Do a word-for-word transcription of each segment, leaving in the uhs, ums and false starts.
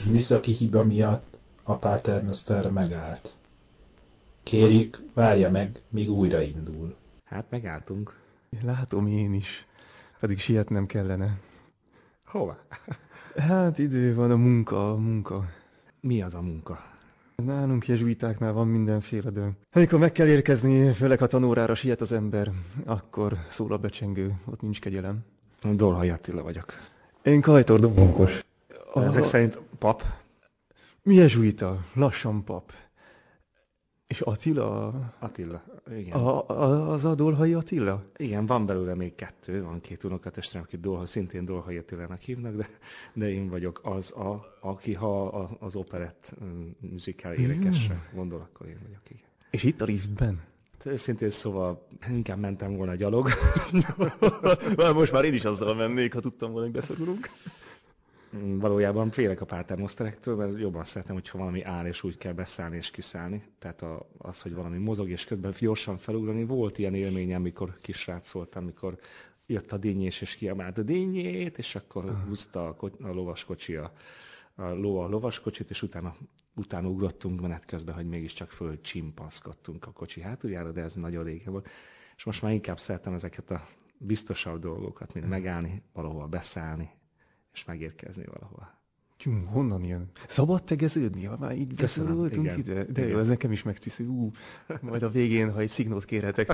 műszaki hiba miatt a Paternoster megállt. Kérjük, várja meg, míg újraindul. Hát megálltunk. Látom én is. Pedig sietnem kellene. Hova? Hát idő van, a munka, a munka. Mi az a munka? Nálunk jezsuitáknál van mindenféle, de amikor meg kell érkezni, főleg ha tanórára siet az ember, akkor szól a becsengő, ott nincs kegyelem. Dolhai Attila vagyok. Én Kajtor Domonkos. A... Ezek szerint pap? Mi jezsuita, lassan pap. És Attila? Attila, igen. A, a, az a Dolhai Attila? Igen, van belőle még kettő, van két unokatestvérem, akit Dolha, szintén Dolhai Attilának hívnak, de, de én vagyok az, a, aki ha a, az operett muzikál énekesre hmm. gondol, akkor én vagyok, igen. És itt a liftben? Szintén szóval inkább mentem volna gyalog. Most már én is azzal mennék, ha tudtam volna, hogy beszorulunk. Valójában félek a páternoszterektől, mert jobban szeretem, hogyha valami áll, és úgy kell beszállni és kiszállni. Tehát a, az, hogy valami mozog, és közben gyorsan felugrani. Volt ilyen élményem, amikor kisrác voltam, amikor jött a dinnyés, és kiabált a dinnyét, és akkor húzta a, a lovaskocsi a, a ló a lovaskocsit, és utána, utána ugrottunk menet közben, hogy mégiscsak föl csimpaszkodtunk a kocsi hátuljára, de ez nagyon régen volt. És most már inkább szeretem ezeket a biztosabb dolgokat, mint megállni, valahol beszállni, és megérkezni valahol. Tyú, honnan jön? Szabad tegeződni, ha már így beszorultunk ide? De igen. Jó, ez nekem is megtiszi. Ú, majd a végén, ha egy szignót kérhetek,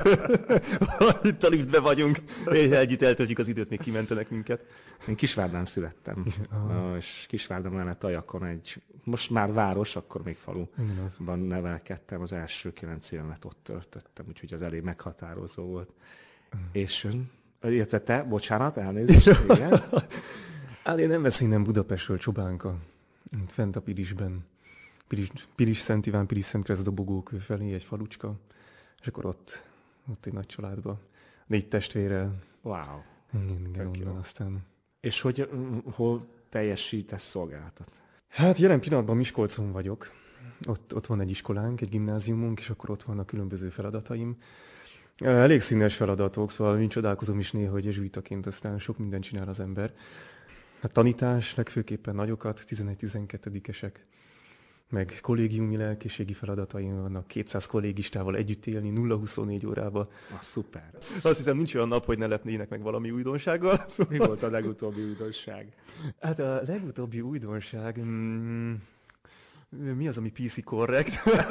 itt a liftbe vagyunk, és együtt eltöltjük az időt, még kimentenek minket. Én Kisvárdán születtem, ah. és Kisvárda mellett Ajakon egy, most már város, akkor még faluban nevelkedtem, az első kilenc évemet ott töltöttem, úgyhogy az elég meghatározó volt. Mm. És illetve te, bocsánat, elnézést, igen. Hát én nem vesz innen Budapestről, Csobánka, fent a Pilisben. Pilis, Pilis Szent Iván, Pilis Szent Kereszt dobogókő felé egy falucska, és akkor ott, ott egy nagy családba, négy testvérrel. Wow. Igen, igen, onnan aztán. És hogy, hol teljesítesz szolgálatot? Hát jelen pillanatban Miskolcon vagyok. Ott, ott van egy iskolánk, egy gimnáziumunk, és akkor ott vannak különböző feladataim. Elég színes feladatok, szóval én csodálkozom is néha, hogy jezsuitaként aztán sok mindent csinál az ember. A tanítás, legfőképpen nagyokat, tizenegy-tizenkettedikesek, meg kollégiumi lelkészségi feladataim vannak, kétszáz kollégistával együtt élni, nulla huszonnégy órába. Ah, szuper. Azt hiszem, nincs olyan nap, hogy ne lepnének meg valami újdonsággal. Szóval... Mi volt a legutóbbi újdonság? Hát a legutóbbi újdonság... Mm... Mi az, ami pé cé korrekt?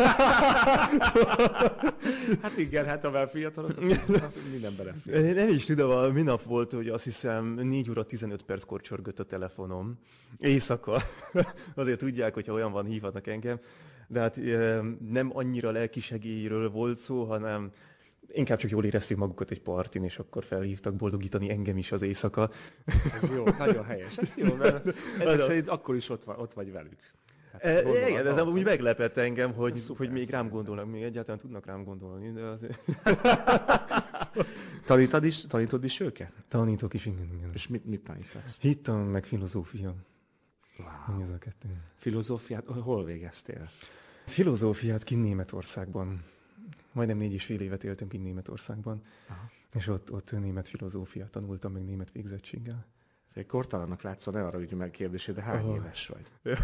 Hát igen, hát a fiatalok, az minden belefér. Nem is tudom, minap volt, hogy azt hiszem négy óra tizenöt perckor csörgött a telefonom. Éjszaka. Azért tudják, hogyha olyan van, hívhatnak engem. De hát nem annyira lelkisegélyről volt szó, hanem inkább csak jól érezték magukat egy partin, és akkor felhívtak boldogítani engem is az éjszaka. Ez jó, nagyon helyes. Ez jó, mert ezek szerint akkor is ott, van, ott vagy velük. Hát, e, igen, ez amúgy meglepett engem, hogy, szuper, hogy még rám gondolnak, még egyáltalán tudnak rám gondolni, de azért... Tanítod is, tanítod is őket? Tanítok is, igen, igen. És mit, mit tanítasz? Hittan, meg filozófia. Wow. Ez a kettő. Filozófiát hol végeztél? Filozófiát kint Németországban. Majdnem négy és fél évet éltem kint Németországban. Aha. És ott, ott német filozófiát tanultam, meg német végzettséggel. Kortalannak látszol, ne arra ügyj meg kérdését, de hány oh. éves vagy?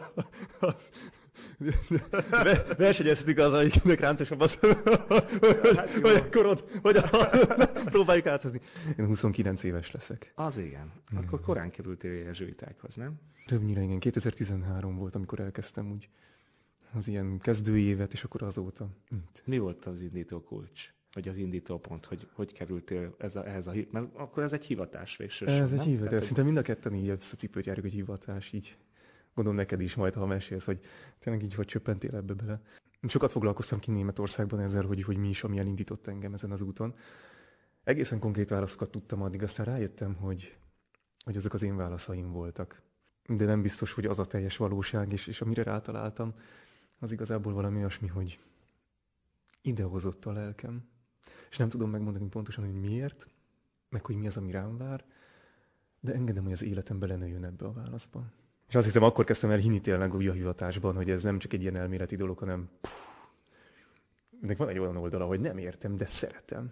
Versenyeztetik az, akiknek ráncosabb az, hát vagy a korod, vagy a... Próbáljuk áthozni. Én huszonkilenc éves leszek. Az igen. Akkor korán kerültél jezsuitákhoz, nem? Többnyire igen. kétezer-tizenhárom volt, amikor elkezdtem úgy az ilyen kezdői évet, és akkor azóta. Mi volt az indító kulcs? Vagy az indító pont, hogy hogy kerültél ez a, ehhez a hivatás? Mert akkor ez egy hivatás végsősorban. Ez egy hivatás. Tehát, szinte mind a ketten így ezt a cipőt járjuk, egy hivatás. Így gondolom neked is majd, ha mesélsz, hogy tényleg így hogy csöppentél ebbe bele. Sokat foglalkoztam ki Németországban ezzel, hogy, hogy mi is, ami elindított engem ezen az úton. Egészen konkrét válaszokat tudtam addig, aztán rájöttem, hogy, hogy azok az én válaszaim voltak. De nem biztos, hogy az a teljes valóság, és, és amire rátaláltam, az igazából valami olyasmi, hogy idehozott a lelkem. És nem tudom megmondani pontosan, hogy miért, meg hogy mi az, ami rám vár, de engedem, hogy az életem belenőjön ebbe a válaszba. És azt hiszem, akkor kezdtem el hinni tényleg úgy a hivatásban, hogy ez nem csak egy ilyen elméleti dolog, hanem pff, ennek van egy olyan oldala, hogy nem értem, de szeretem.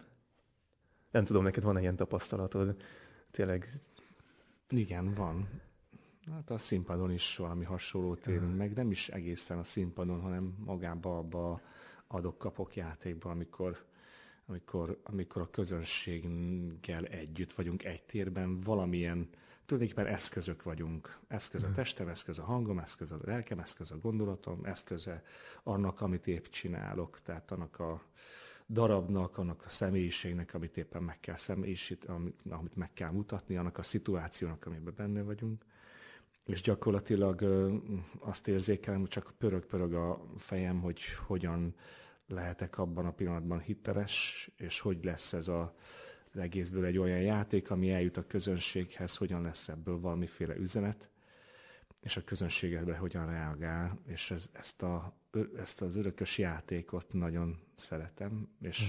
Nem tudom, neked van-e ilyen tapasztalatod? Tényleg... Igen, van. Hát a színpadon is valami hasonlót élünk meg, nem is egészen a színpadon, hanem magába abba adok-kapok játékba, amikor, amikor, amikor a közönséggel együtt vagyunk egy térben, valamilyen, tulajdonképpen eszközök vagyunk. Eszköz a testem, eszköz a hangom, eszköz a lelkem, eszköz a gondolatom, eszköze annak, amit épp csinálok, tehát annak a darabnak, annak a személyiségnek, amit éppen meg kell személyisíteni, amit, amit meg kell mutatni, annak a szituációnak, amiben benne vagyunk. És gyakorlatilag azt érzékelem, hogy csak pörög-pörög a fejem, hogy hogyan lehetek abban a pillanatban hiteles, és hogy lesz ez a, az egészből egy olyan játék, ami eljut a közönséghez, hogyan lesz ebből valamiféle üzenet, és a közönség ebben hogyan reagál, és ez, ezt, a, ezt az örökös játékot nagyon szeretem, és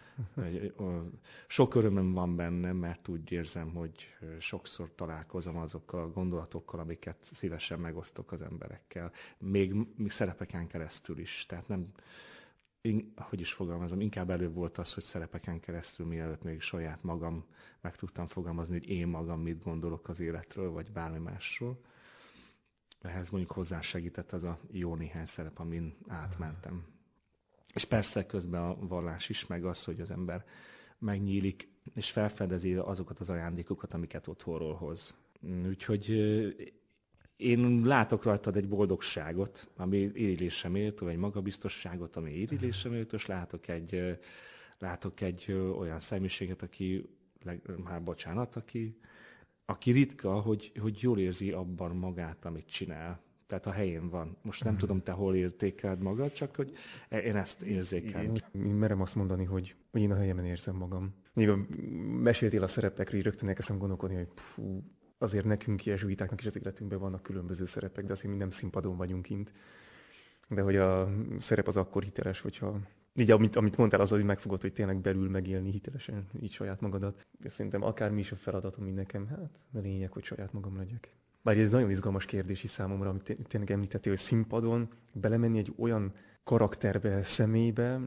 sok örömöm van benne, mert úgy érzem, hogy sokszor találkozom azokkal a gondolatokkal, amiket szívesen megosztok az emberekkel, még, még szerepeken keresztül is. Tehát nem, én, hogy is fogalmazom, inkább előbb volt az, hogy szerepeken keresztül, mielőtt még saját magam meg tudtam fogalmazni, hogy én magam mit gondolok az életről, vagy bármi másról. Ehhez mondjuk hozzásegített az a jó néhány szerep, amin átmentem. És persze közben a vallás is, meg az, hogy az ember megnyílik, és felfedezi azokat az ajándékokat, amiket otthonról hoz. Úgyhogy én látok rajtad egy boldogságot, ami irigylésre méltó, egy magabiztosságot, ami irigylésre méltó, és látok egy, látok egy olyan személyiséget, aki, már bocsánat, aki, aki ritka, hogy, hogy jól érzi abban magát, amit csinál. Tehát a helyén van. Most nem tudom, te hol értékeled magad, csak hogy én ezt érzékelem. Én, én merem azt mondani, hogy, hogy én a helyemen érzem magam. Nyilván meséltél a szerepekről, így rögtön elkezdtem gondolkodni, hogy pfú, azért nekünk jezsuitáknak is az életünkben vannak különböző szerepek, de azért mi nem színpadon vagyunk kint. De hogy a szerep az akkor hiteles, hogyha... Így, amit, amit mondtál, az, hogy megfogod, hogy tényleg belül megélni hitelesen így saját magadat. És szerintem akármi is a feladatom, mint nekem, hát a lényeg, hogy saját magam legyek. Bár ez nagyon izgalmas kérdés is számomra, amit tényleg említettél, hogy színpadon belemenni egy olyan karakterbe, személybe,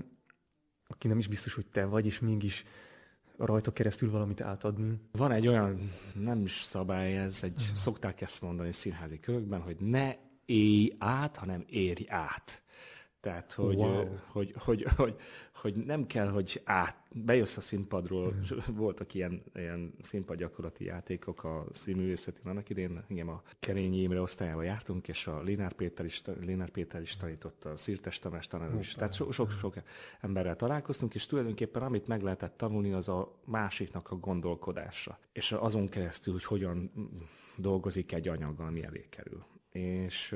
aki nem is biztos, hogy te vagy, és mégis rajta keresztül valamit átadni. Van egy olyan, nem is szabály ez, egy, uh-huh. szokták ezt mondani színházi körökben, hogy ne élj át, hanem érj át. Tehát, hogy, Wow. hogy, hogy, hogy, hogy nem kell, hogy át, bejössz a színpadról, mm. voltak ilyen, ilyen színpadgyakorlati játékok a színművészeti annak idén, igen, a Kerényi Imre osztályába jártunk, és a Lénár Péter is, Lénár Péter is tanította, a Szirtes Tamás tanár is, tehát sok-sok so, emberrel találkoztunk, és tulajdonképpen amit meg lehetett tanulni, az a másiknak a gondolkodása, és azon keresztül, hogy hogyan dolgozik egy anyaggal, ami elé kerül. És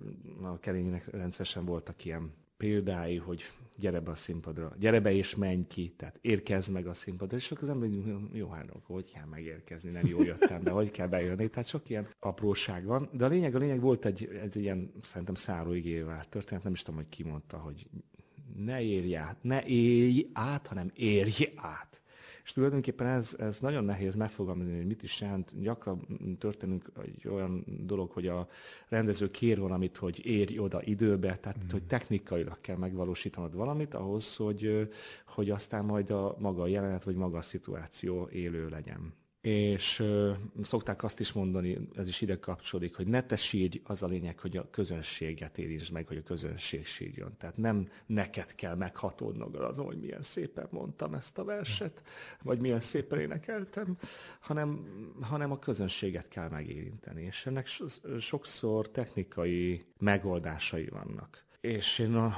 a Kerényinek rendszeresen voltak ilyen példái, hogy gyere be a színpadra, gyere be és menj ki, tehát érkezz meg a színpadra, és sok az ember, jó, hát hogy kell megérkezni, nem jól jöttem, de hogy kell bejönni, tehát sok ilyen apróság van, de a lényeg, a lényeg volt egy, egy ilyen, szerintem száróigével történet, nem is tudom, hogy ki mondta, hogy ne érj át, ne élj át, hanem érj át. És tulajdonképpen ez, ez nagyon nehéz megfogalmazni, hogy mit is jelent. Gyakran történünk egy olyan dolog, hogy a rendező kér valamit, hogy érj oda időbe, tehát mm. hogy technikailag kell megvalósítanod valamit ahhoz, hogy, hogy aztán majd a maga a jelenet, vagy maga a szituáció élő legyen. És uh, szokták azt is mondani, ez is ide kapcsolódik, hogy ne te sírj, az a lényeg, hogy a közönséget érintsd meg, hogy a közönség sírjon. Tehát nem neked kell meghatódnod azon, hogy milyen szépen mondtam ezt a verset, vagy milyen szépen énekeltem, hanem, hanem a közönséget kell megérinteni. És ennek sokszor technikai megoldásai vannak. És én a,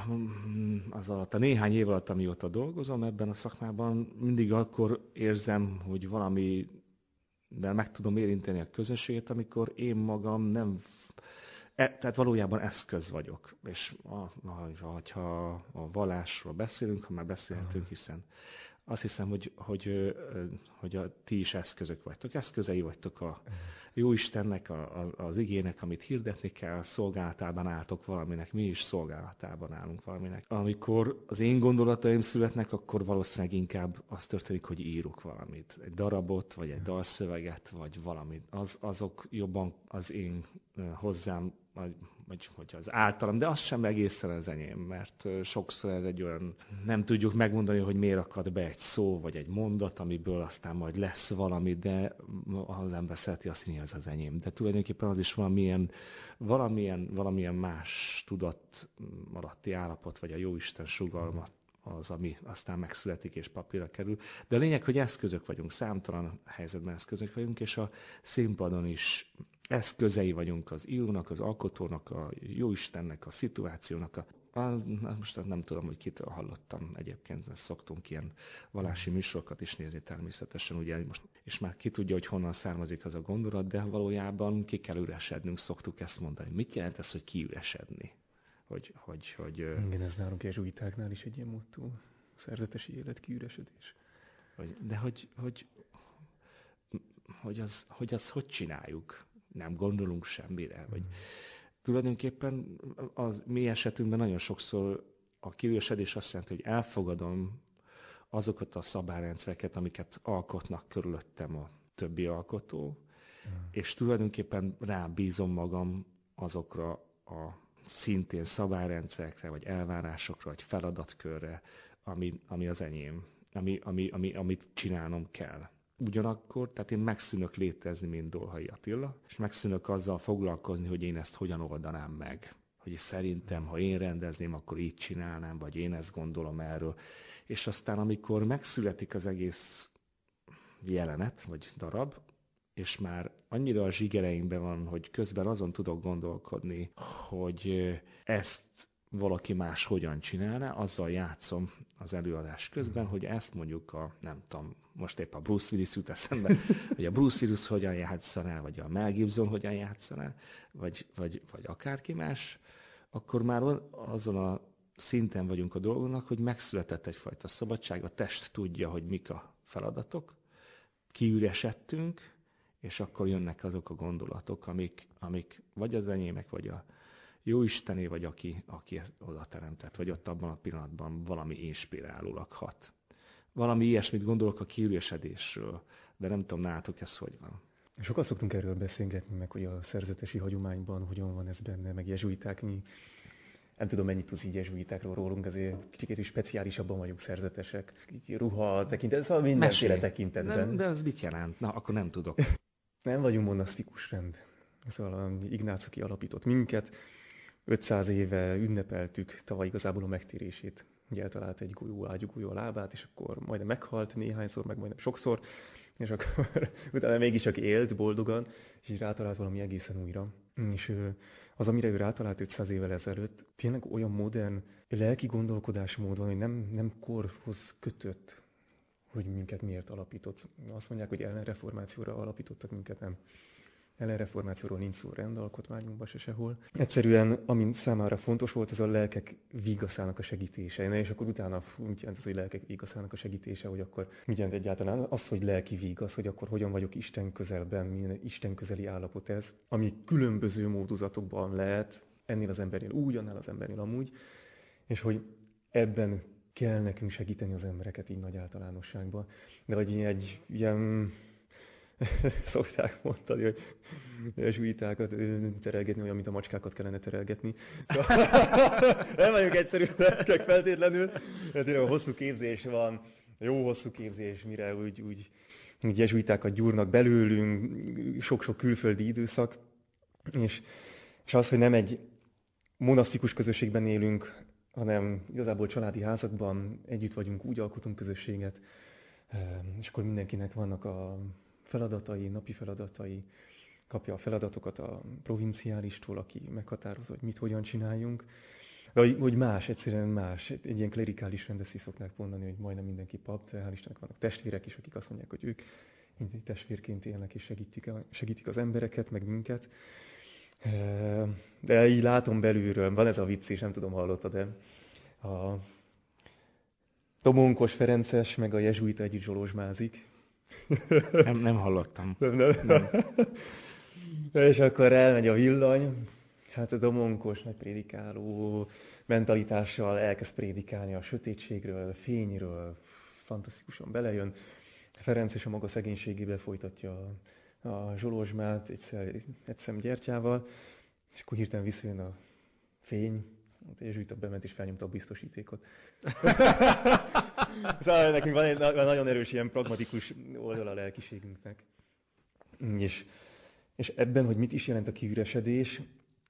az alatt, a néhány év alatt, amióta dolgozom ebben a szakmában, mindig akkor érzem, hogy valami de meg tudom érinteni a közönséget, amikor én magam nem... E, tehát valójában eszköz vagyok. És a, a, ha a vallásról beszélünk, ha már beszélhetünk, hiszen azt hiszem, hogy, hogy, hogy a ti is eszközök vagytok. Eszközei vagytok a Jóistennek, a, a, az igének, amit hirdetni kell, szolgálatában álltok valaminek, mi is szolgálatában állunk valaminek. Amikor az én gondolataim születnek, akkor valószínűleg inkább az történik, hogy írok valamit. Egy darabot, vagy egy dalszöveget, vagy valamit. Az, azok jobban az én hozzám, vagy hogy az általam, de az sem egészen az enyém, mert sokszor ez egy olyan, nem tudjuk megmondani, hogy miért akad be egy szó, vagy egy mondat, amiből aztán majd lesz valami, de az ember szereti azt hinni, az az enyém. De tulajdonképpen az is valamilyen, valamilyen, valamilyen más tudat alatti állapot, vagy a Jóisten sugalma az, ami aztán megszületik és papírra kerül. De a lényeg, hogy eszközök vagyunk, számtalan helyzetben eszközök vagyunk, és a színpadon is eszközei vagyunk az írónak, az alkotónak, a Jóistennek, a szituációnak. A, a, most nem tudom, hogy kitől hallottam egyébként, szoktunk ilyen vallási műsorokat is nézni természetesen, ugye most, és már ki tudja, hogy honnan származik az a gondolat, de valójában ki kell üresednünk, szoktuk ezt mondani. Mit jelent ez, hogy kiüresedni? Hogy, hogy, hogy, Igen, ez nálunk jezsuitáknál is egy ilyen motto, szerzetesi élet, kiüresedés. Hogy, de hogy, hogy, hogy, az, hogy azt hogy csináljuk? Nem gondolunk semmire. Hogy mm. Tulajdonképpen az mi esetünkben nagyon sokszor a kiüresedés azt jelenti, hogy elfogadom azokat a szabályrendszereket, amiket alkotnak körülöttem a többi alkotó, mm. és tulajdonképpen rábízom magam azokra a szintén szabályrendszerekre, vagy elvárásokra, vagy feladatkörre, ami, ami az enyém, ami, ami, ami, amit csinálnom kell. Ugyanakkor, tehát én megszűnök létezni, mint Dolhai Attila, és megszűnök azzal foglalkozni, hogy én ezt hogyan oldanám meg. Hogy szerintem, ha én rendezném, akkor így csinálnám, vagy én ezt gondolom erről. És aztán, amikor megszületik az egész jelenet, vagy darab, és már annyira a zsigereimben van, hogy közben azon tudok gondolkodni, hogy ezt valaki más hogyan csinálna, azzal játszom az előadás közben, hogy ezt mondjuk a, nem tudom, most épp a Bruce Willis jut eszembe, hogy a Bruce Willis hogyan játszaná, vagy a Mel Gibson hogyan játszaná, vagy, vagy, vagy akárki más, akkor már azon a szinten vagyunk a dolgoknak, hogy megszületett egyfajta szabadság, a test tudja, hogy mik a feladatok, kiüresedtünk, és akkor jönnek azok a gondolatok, amik, amik vagy az enyémek, vagy a Jóistené, vagy aki, aki oda teremtett, vagy ott abban a pillanatban valami inspirálólag hat. Valami ilyesmit gondolok a kiüresedésről, de nem tudom, nálatok ez hogy van. Sokat szoktunk erről beszélgetni, meg hogy a szerzetesi hagyományban hogyan van ez benne, meg jezsuiták, mi nem tudom, mennyit tudsz így jezsuitákról rólunk, azért kicsit is speciálisabban vagyunk szerzetesek. Így ruha tekintetben, szóval mindenféle Mesélj. tekintetben. De, de ez mit jelent? Na, akkor nem tudok. Nem vagyunk monasztikus rend. Szóval Ignác, aki alapított minket, ötszáz éve ünnepeltük tavaly igazából a megtérését. Ugye eltalált egy golyó, ágyúgolyó a lábát, és akkor majdnem meghalt néhányszor, meg majdnem sokszor, és akkor utána mégis csak élt boldogan, és így rátalált valami egészen újra. És az, amire ő rátalált ötszáz évvel ezelőtt, tényleg olyan modern lelki gondolkodásmód van, hogy nem, nem korhoz kötött, hogy minket miért alapított. Azt mondják, hogy ellenreformációra alapítottak minket, nem. Ellenreformációról nincs szó rendalkotmányunkban se sehol. Egyszerűen, ami számára fontos volt, az a lelkek vigaszának a segítése. És akkor utána mit jelent az, hogy lelkek vigaszának a segítése, hogy akkor mit jelent egyáltalán az, hogy lelki vigasz, hogy akkor hogyan vagyok Isten közelben, milyen Isten közeli állapot ez, ami különböző módozatokban lehet, ennél az embernél úgy, annál az embernél amúgy, és hogy ebben kell nekünk segíteni az embereket így nagy általánosságban. De vagy egy ilyen szokták mondani, hogy jezsuitákat terelgetni olyan, mint a macskákat kellene terelgetni. Szóval nem vagyunk egyszerű lelkek feltétlenül, mert a hosszú képzés van, jó hosszú képzés, mire úgy, úgy, úgy jezsuitákat gyúrnak belőlünk, sok-sok külföldi időszak, és, és az, hogy nem egy monasztikus közösségben élünk, hanem igazából családi házakban együtt vagyunk, úgy alkotunk közösséget, és akkor mindenkinek vannak a feladatai, napi feladatai, kapja a feladatokat a provinciálistól, aki meghatározza, hogy mit, hogyan csináljunk. De hogy más, egyszerűen más. Egy ilyen klerikális rend, ezt szokták mondani, hogy majdnem mindenki pap, de hál' Istennek vannak testvérek is, akik azt mondják, hogy ők testvérként élnek és segítik, segítik az embereket, meg minket. De így látom belülről, van ez a vicc is, nem tudom, hallottad, de a Domonkos Ferences meg a jezsuita együtt zsolozsmázik. Nem, nem hallottam. Nem, nem. nem. És akkor elmegy a villany, hát a Domonkos nagy prédikáló mentalitással elkezd prédikálni a sötétségről, a fényről, fantasztikusan belejön. Ferenc és a maga szegénységébe folytatja a zsolozsmát egy szem gyertyával, És akkor hirtelen visszajön a fény, és Zsűjta bement és felnyomta a biztosítékot. Szóval nekünk van egy nagyon erős ilyen pragmatikus oldala a lelkiségünknek. És, és ebben, hogy mit is jelent a kiüresedés,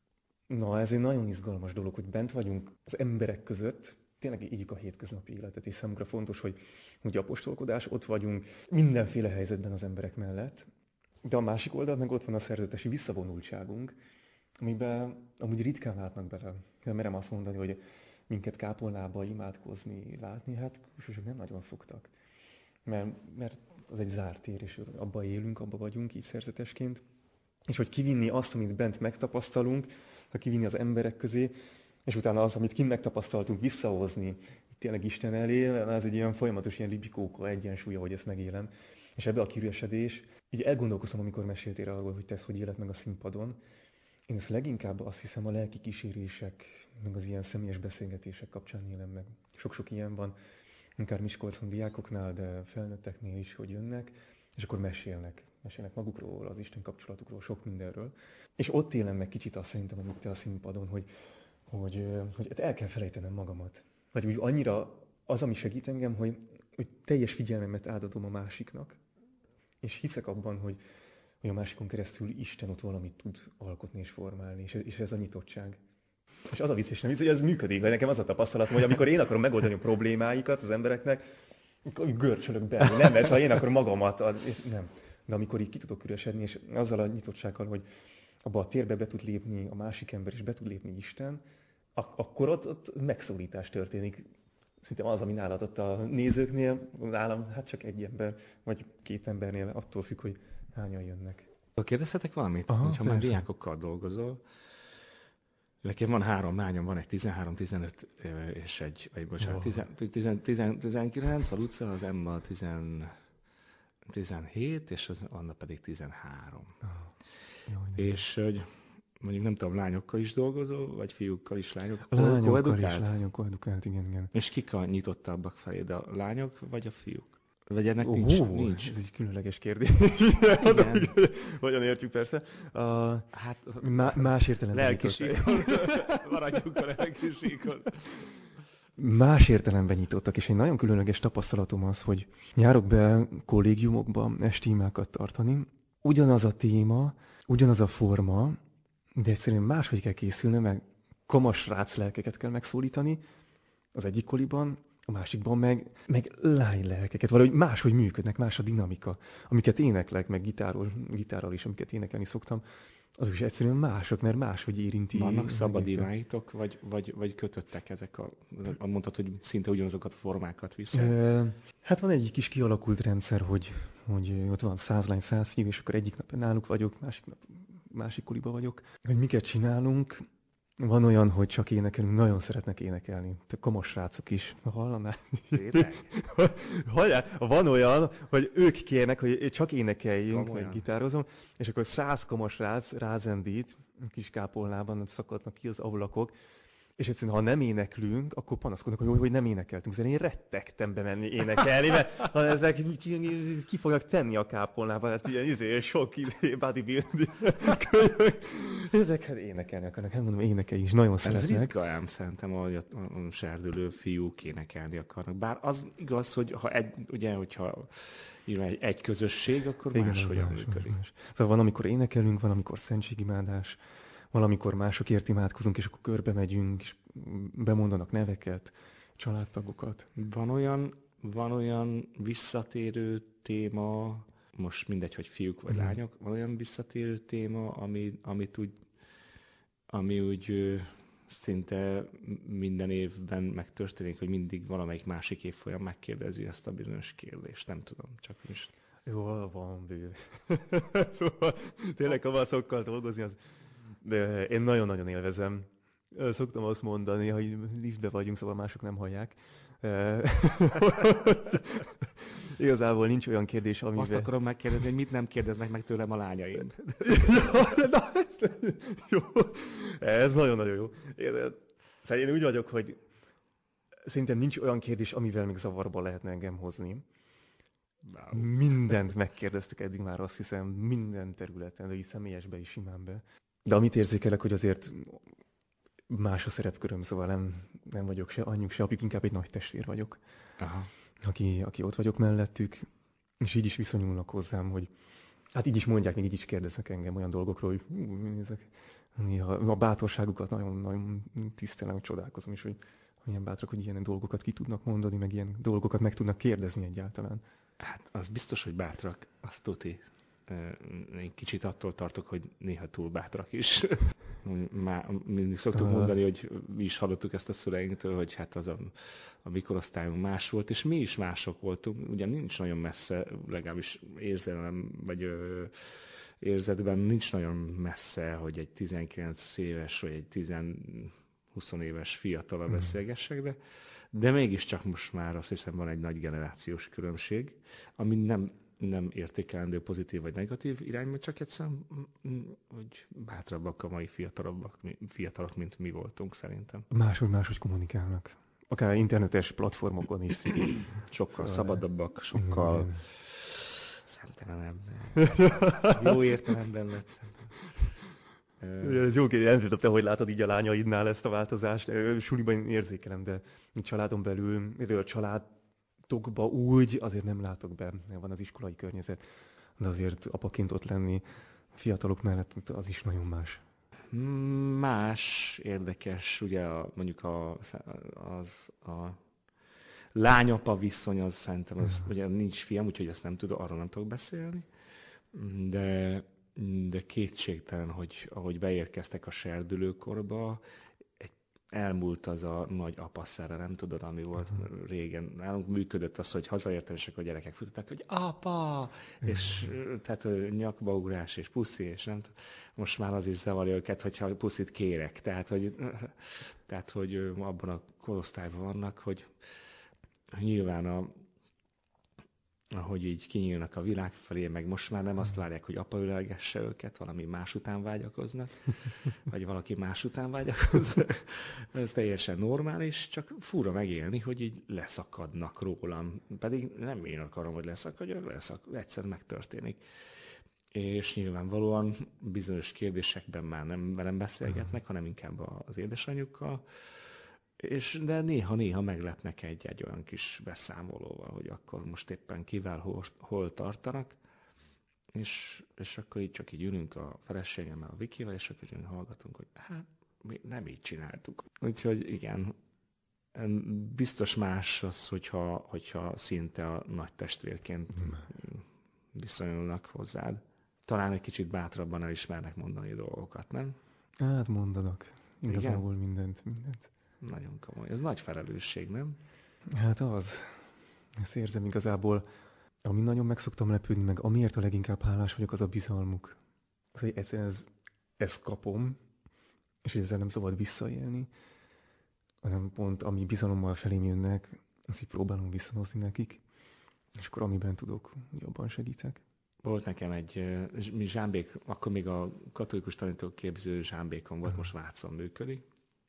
na ez egy nagyon izgalmas dolog, hogy bent vagyunk az emberek között, tényleg éljük a hétköznapi életet, és számunkra fontos, hogy ugye apostolkodás, ott vagyunk mindenféle helyzetben az emberek mellett, de a másik oldal meg ott van a szerzetesi visszavonultságunk, amiben amúgy ritkán látnak bele. Nem merem azt mondani, hogy minket kápolnába imádkozni, látni, hát külsősök nem nagyon szoktak. Mert, mert az egy zárt tér, és abba élünk, abba vagyunk így szerzetesként. És hogy kivinni azt, amit bent megtapasztalunk, kivinni az emberek közé, és utána az, amit kint megtapasztaltunk, visszahozni itt tényleg Isten elé, ez egy ilyen folyamatos ilyen libikóka egyensúlya, hogy ezt megélem. És ebbe a kiüresedés, így elgondolkoztam, amikor meséltél arról, hogy te ezt hogy éled meg a színpadon. Én ezt leginkább azt hiszem a lelki kísérések, meg az ilyen személyes beszélgetések kapcsán élem meg. Sok-sok ilyen van, akár Miskolcon diákoknál, de felnőtteknél is, hogy jönnek, és akkor mesélnek. Mesélnek magukról, az Isten kapcsolatukról, sok mindenről. És ott élem meg kicsit azt szerintem, amit te a színpadon, hogy, hogy, hogy el kell felejtenem magamat. Vagy úgy annyira az, ami segít engem, hogy, hogy teljes figyelmemet átadom a másiknak, és hiszek abban, hogy, hogy a másikon keresztül Isten ott valamit tud alkotni és formálni, és ez, és ez a nyitottság. És az a vicc, és nem vicc, hogy ez működik, mert nekem az a tapasztalatom, hogy amikor én akarom megoldani a problémáikat az embereknek, akkor görcsölök belül, nem ez, ha én akarom magamat, és nem. De amikor így ki tudok üresedni, és azzal a nyitottsággal, hogy abba a térbe be tud lépni a másik ember, és be tud lépni Isten, ak- akkor ott, ott megszólítás történik. Szinte az, ami nálad ott a nézőknél, nálam hát csak egy ember, vagy két embernél, attól függ, hogy hányan jönnek. Kérdezhetek valamit? Aha, ha már persze. diákokkal dolgozol, nekem van három lányom, van egy tizenhárom, tizenöt és egy, vagy bocsánat, tizenkilenc, a Luca, az Emma tizenhét, és az Anna pedig tizenhárom. Oh, jó, és hogy mondjuk nem tudom, lányokkal is dolgozol, vagy fiúkkal is lányok? Lányokkal is, lányok, koedukált, igen, igen. És kik a nyitottabbak feléd, a lányok vagy a fiúk? Vagy ennek oh, nincs, nincs? Ez egy különleges kérdés. Igen. Hogyan értjük persze. Uh, hát má, más értelemben lelkisíkon. Maradjunk a lelkisíkon. Más értelemben nyitottak, és egy nagyon különleges tapasztalatom az, hogy járok be kollégiumokba estímákat tartani. Ugyanaz a téma, ugyanaz a forma, de egyszerűen máshogy kell készülni, meg kamas srác lelkeket kell megszólítani az egyik koliban, a másikban meg, meg lány lelkeket. Valahogy máshogy működnek, más a dinamika. Amiket éneklek, meg gitárról, gitárral is, amiket énekelni szoktam, azok is egyszerűen mások, mert máshogy érinti. Vannak szabad imáitok, vagy, vagy, vagy kötöttek ezek a, mondtad, hogy szinte ugyanazokat a formákat vissza? E, hát van egy kis kialakult rendszer, hogy, hogy ott van száz lány, száz fiú, és akkor egyik nap náluk vagyok, másik nap másik kuliba vagyok. Hogy miket csinálunk, van olyan, hogy csak énekelünk, nagyon szeretnek énekelni. Te komoly srácok is. Hallanál? Halljál? Van olyan, hogy ők kérnek, hogy csak énekeljünk, vagy gitározom, és akkor száz komoly srác rázendít, kis kápolnában szakadnak ki az ablakok, és egyszerűen, ha nem éneklünk, akkor panaszkodnak, hogy, hogy nem énekeltünk. Szóval én rettegtem bemenni énekelni, mert ha ezek ki, ki fognak tenni a kápolnában, hát ilyen izé, sok izé, bodybuilding. Ezek hát énekelni akarnak, hát mondom, énekelni is nagyon szeretnek. Ez ritka ám szerintem, hogy a, a serdülő fiúk énekelni akarnak. Bár az igaz, hogy ha egy, ugye, hogyha egy, egy közösség, akkor máshogyan működik. Más. Szóval van, amikor énekelünk, van, amikor szentségimádás, valamikor másokért imádkozunk, és akkor körbe megyünk, és bemondanak neveket, családtagokat. Van olyan, van olyan visszatérő téma, most mindegy, hogy fiúk vagy mm. lányok, van olyan visszatérő téma, ami, amit úgy, ami úgy ö, szinte minden évben megtörténik, hogy mindig valamelyik másik évfolyam megkérdezi ezt a bizonyos kérdést. Nem tudom, csak is. Jó, van bő. Szóval tényleg kavaszokkal dolgozni, az... de én nagyon-nagyon élvezem. Szoktam azt mondani, hogy liftbe vagyunk, szóval mások nem hallják. Igazából nincs olyan kérdés, amivel... Azt akarom megkérdezni, hogy mit nem kérdeznek meg tőlem a lányaim. Na, ez, jó. Ez nagyon-nagyon jó. Én, szóval én úgy vagyok, hogy szerintem nincs olyan kérdés, amivel még zavarba lehetne engem hozni. Wow. Mindent megkérdeztek eddig már, azt hiszem, minden területen, de így személyesbe is simán be. De amit érzékelek, hogy azért más a szerepköröm, szóval nem, nem vagyok se anyjuk, se apjuk, inkább egy nagy testvér vagyok, Aha. aki, aki ott vagyok mellettük, és így is viszonyulnak hozzám, hogy hát így is mondják, még így is kérdeznek engem olyan dolgokról, hogy hú, nézek, néha a bátorságukat nagyon-nagyon tisztelem, csodálkozom is, hogy milyen bátrak, hogy ilyen dolgokat ki tudnak mondani, meg ilyen dolgokat meg tudnak kérdezni egyáltalán. Hát az biztos, hogy bátrak, azt tuti. Én kicsit attól tartok, hogy néha túl bátrak is. Már mindig szoktuk mondani, hogy mi is hallottuk ezt a szüleinktől, hogy hát az a, a mi korosztályunk más volt, és mi is mások voltunk. Ugye nincs nagyon messze, legalábbis érzelem, vagy ö, érzetben nincs nagyon messze, hogy egy tizenkilenc éves, vagy egy tíz-húsz éves fiatalra beszélgessek, de, de mégiscsak most már azt hiszem van egy nagy generációs különbség, ami nem nem értékelendő pozitív vagy negatív irányba, csak egyszerűen, hogy bátrabbak a mai fiatalabbak, fiatalok, mint mi voltunk szerintem. Máshogy máshogy kommunikálnak. Akár internetes platformokon is. Sokkal szóval szabadabbak, sokkal igen, igen. szemtelenebb. Jó értelemben lett szerintem. Ez jó kérdés, nem tudom, te hogy látod így a lányaidnál ezt a változást. Suliban érzékelem, de családon belül, a családokba úgy azért nem látok be, van az iskolai környezet, de azért apaként ott lenni fiatalok mellett az is nagyon más. Más, érdekes, ugye a, mondjuk a, az a lány-apa viszony, az szerintem az, ugye nincs fiam, úgyhogy ezt nem tudom, arról nem tudok beszélni, de, de kétségtelen, hogy ahogy beérkeztek a serdülőkorba, egy, elmúlt az a nagy apaszára, nem tudod, ami volt uh-huh. régen. Nálunk működött az, hogy hazaértem, és akkor a gyerekek futottak, hogy apa! Uh-huh. És tehát nyakbaugrás, és puszi, és nem tudom. Most már az is zavarja őket, hogyha puszit kérek. Tehát, hogy, tehát, hogy abban a korosztályban vannak, hogy nyilván a, ahogy így kinyílnak a világ felé, meg most már nem azt várják, hogy apa ölelgesse őket, valami más után vágyakoznak, vagy valaki más után vágyakoznak. Ez teljesen normális, csak fura megélni, hogy így leszakadnak rólam. Pedig nem én akarom, hogy leszakadjak, leszak, egyszer megtörténik. És nyilvánvalóan bizonyos kérdésekben már nem velem beszélgetnek, hanem inkább az édesanyjukkal. És, de néha-néha meglepnek egy-egy olyan kis beszámolóval, hogy akkor most éppen kivel hol, hol tartanak, és, és akkor így csak így ülünk a feleségemmel, a Vikivel, és akkor így hallgatunk, hogy hát mi nem így csináltuk. Úgyhogy igen, biztos más az, hogyha, hogyha szinte a nagy testvérként viszonyulnak hozzád. Talán egy kicsit bátrabban elismernek mondani dolgokat, nem? Hát mondanak. Igazából igen? mindent, mindent. Nagyon komoly. Ez nagy felelősség, nem? Hát az. Ezt érzem igazából. Ami nagyon meg szoktam lepődni, meg amiért a leginkább hálás vagyok, az a bizalmuk. Az, hogy egyszerűen ez, ezt kapom, és ezzel nem szabad visszaélni, hanem pont ami bizalommal felém jönnek, azt így próbálom viszonozni nekik, és akkor amiben tudok, jobban segítek. Volt nekem egy mi zsámbék, akkor még a katolikus tanítóképző zsámbékon volt, most Vácon működik,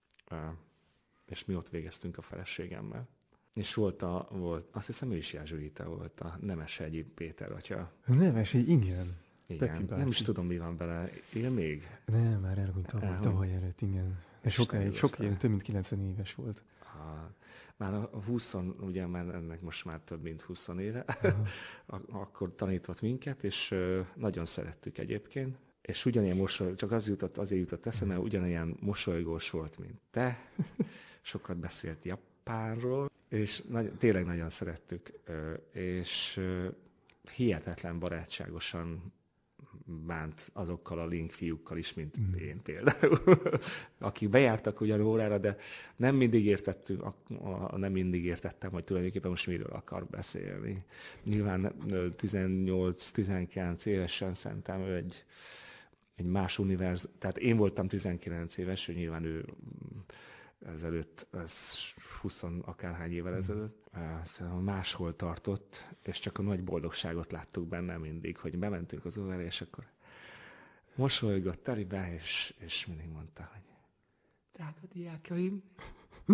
és mi ott végeztünk a feleségemmel. És volt, a, volt azt hiszem ő is jezsuita volt, a Nemeshegyi Péter atya. Nemeshegyi, igen. Igen, nem is tudom, mi van vele. Él még? Nem, már elhunyt tavaly, tavaly előtt, igen. Sokáig, sokáig, több mint kilencven éves volt. Ha, már a húsz, ugye már ennek most már több mint húsz éve, akkor tanított minket, és nagyon szerettük egyébként. És ugyanilyen mosoly, csak az jutott, azért jutott eszembe, mert ugyanilyen mosolygós volt, mint te. Sokat beszélt Japánról, és nagy, tényleg nagyon szerettük, és hihetetlen barátságosan bánt azokkal a link fiúkkal is, mint mm. én például, akik bejártak ugyan órára, de nem mindig értettünk, nem mindig értettem, hogy tulajdonképpen most miről akar beszélni. Nyilván tizennyolc-tizenkilenc évesen szerintem ő egy, egy más univerzum, tehát én voltam tizenkilenc éves, ő nyilván ő ezelőtt, ez húsz akárhány évvel ezelőtt, szóval máshol tartott, és csak a nagy boldogságot láttuk benne mindig, hogy bementünk az órára, és akkor mosolygott telibe, és, és mindig mondta, hogy drága diákjaim,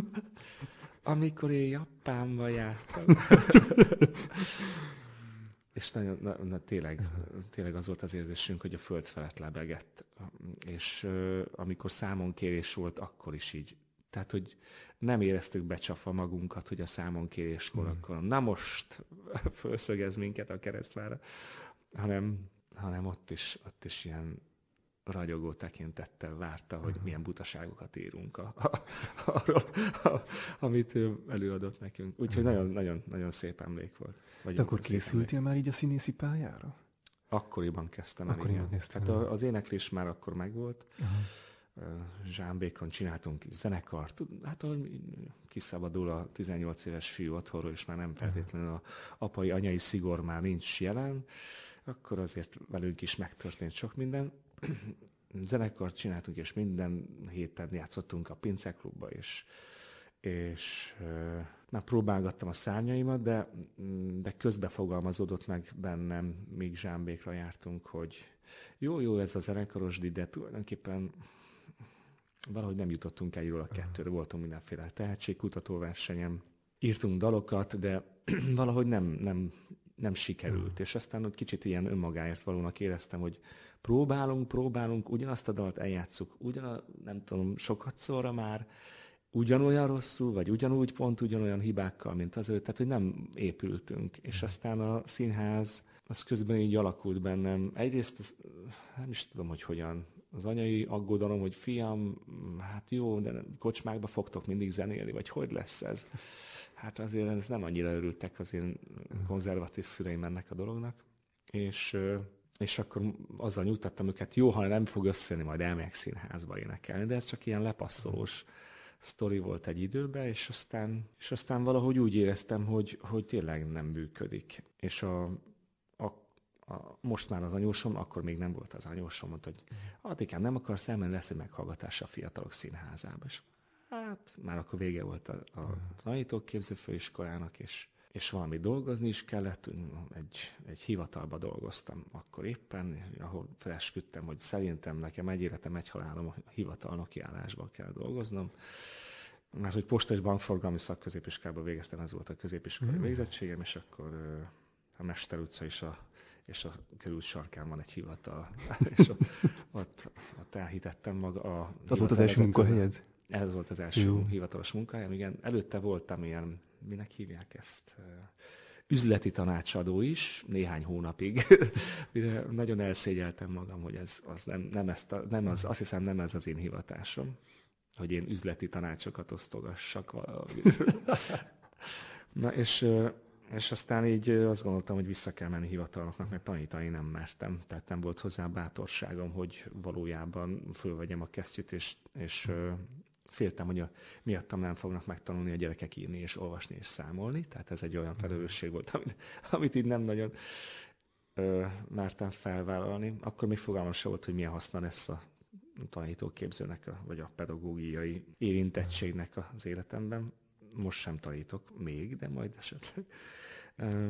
amikor én Japánba jártam. És nagyon, na, na, tényleg, tényleg az volt az érzésünk, hogy a föld felett lebegett. És uh, amikor számonkérés volt, akkor is így. Tehát, hogy nem éreztük becsapva magunkat, hogy a számonkéréskor mm. akkor na most fölszögez minket a keresztvára, hanem, hanem ott, is, ott is ilyen ragyogó tekintettel várta, hogy milyen butaságokat írunk a, a, arról, a, amit ő előadott nekünk. Úgyhogy nagyon, nagyon, nagyon szép emlék volt. De akkor készültél már így a színészi pályára? Akkoriban kezdtem el, Akkoriban igen. kezdtem Tehát el. az éneklés már akkor megvolt. Aha. Zsámbékon csináltunk zenekart. Hát, ahogy kiszabadul a tizennyolc éves fiú otthonról, és már nem feltétlenül a apai, anyai szigor már nincs jelen, akkor azért velünk is megtörtént sok minden. Zenekart csináltunk, és minden héten játszottunk a Pinceklubba, és, és euh, már próbálgattam a szárnyaimat, de, de közbe fogalmazódott meg bennem, míg Zsámbékra jártunk, hogy jó, jó ez a zenekarosdi, de tulajdonképpen valahogy nem jutottunk el a kettőre, voltunk mindenféle tehetségkutató versenyen, írtunk dalokat, de valahogy nem, nem, nem sikerült, és aztán ott kicsit ilyen önmagáért valónak éreztem, hogy próbálunk, próbálunk, ugyanazt a dalt eljátszuk, ugyan, nem tudom, sokatszorra már, ugyanolyan rosszul, vagy ugyanúgy, pont ugyanolyan hibákkal, mint az ő, tehát hogy nem épültünk, és aztán a színház, az közben így alakult bennem. Egyrészt az, nem is tudom, hogy hogyan. Az anyai aggodalom, hogy fiam, hát jó, de kocsmákba fogtok mindig zenélni, vagy hogy lesz ez? Hát azért ez nem annyira örültek az én konzervatív szüleim ennek a dolognak. És, és akkor azzal nyugtattam őket, jó, ha nem fog összejönni, majd elmegyek színházba énekelni, de ez csak ilyen lepasszolós sztori volt egy időben, és aztán, és aztán valahogy úgy éreztem, hogy, hogy tényleg nem működik. És a, a, a, most már az anyósom, akkor még nem volt az anyósom, mondta, hogy Atikám, nem akarsz elmenni, lesz egy meghallgatás a Fiatalok Színházába. És hát már akkor vége volt a, a tanítóképző főiskolának, és, és valami dolgozni is kellett. Egy, egy hivatalba dolgoztam akkor éppen, ahol felesküdtem, hogy szerintem nekem egy életem, egy halálom a hivatalnoki állásban kell dolgoznom. Mert hogy posta és bankforgalmi szakközépiskolában végeztem, ez volt a középiskolai mm. végzettségem, és akkor a Mester utca és a, és a körút sarkán van egy hivatal. És ott, ott elhitettem maga a... Az volt az első munkahelyed? Ez volt az első Jó. hivatalos munkahelyem, igen. Előtte voltam ilyen, minek hívják ezt, üzleti tanácsadó is, néhány hónapig. Nagyon elszégyeltem magam, hogy ez az nem, nem, ezt a, nem az, azt hiszem nem ez az én hivatásom, hogy én üzleti tanácsokat osztogassak valami. Na és, és aztán így azt gondoltam, hogy vissza kell menni hivatalnoknak, mert tanítani nem mertem. Tehát nem volt hozzá bátorságom, hogy valójában fölvegyem a kesztyűt, és, és féltem, hogy a, miattam nem fognak megtanulni a gyerekek írni és olvasni és számolni. Tehát ez egy olyan felelősség volt, amit, amit így nem nagyon ö, mertem felvállalni. Akkor még fogalmam sem volt, hogy milyen haszna lesz a tanítóképzőnek, a, vagy a pedagógiai érintettségnek az életemben. Most sem tanítok még, de majd esetleg. Ö,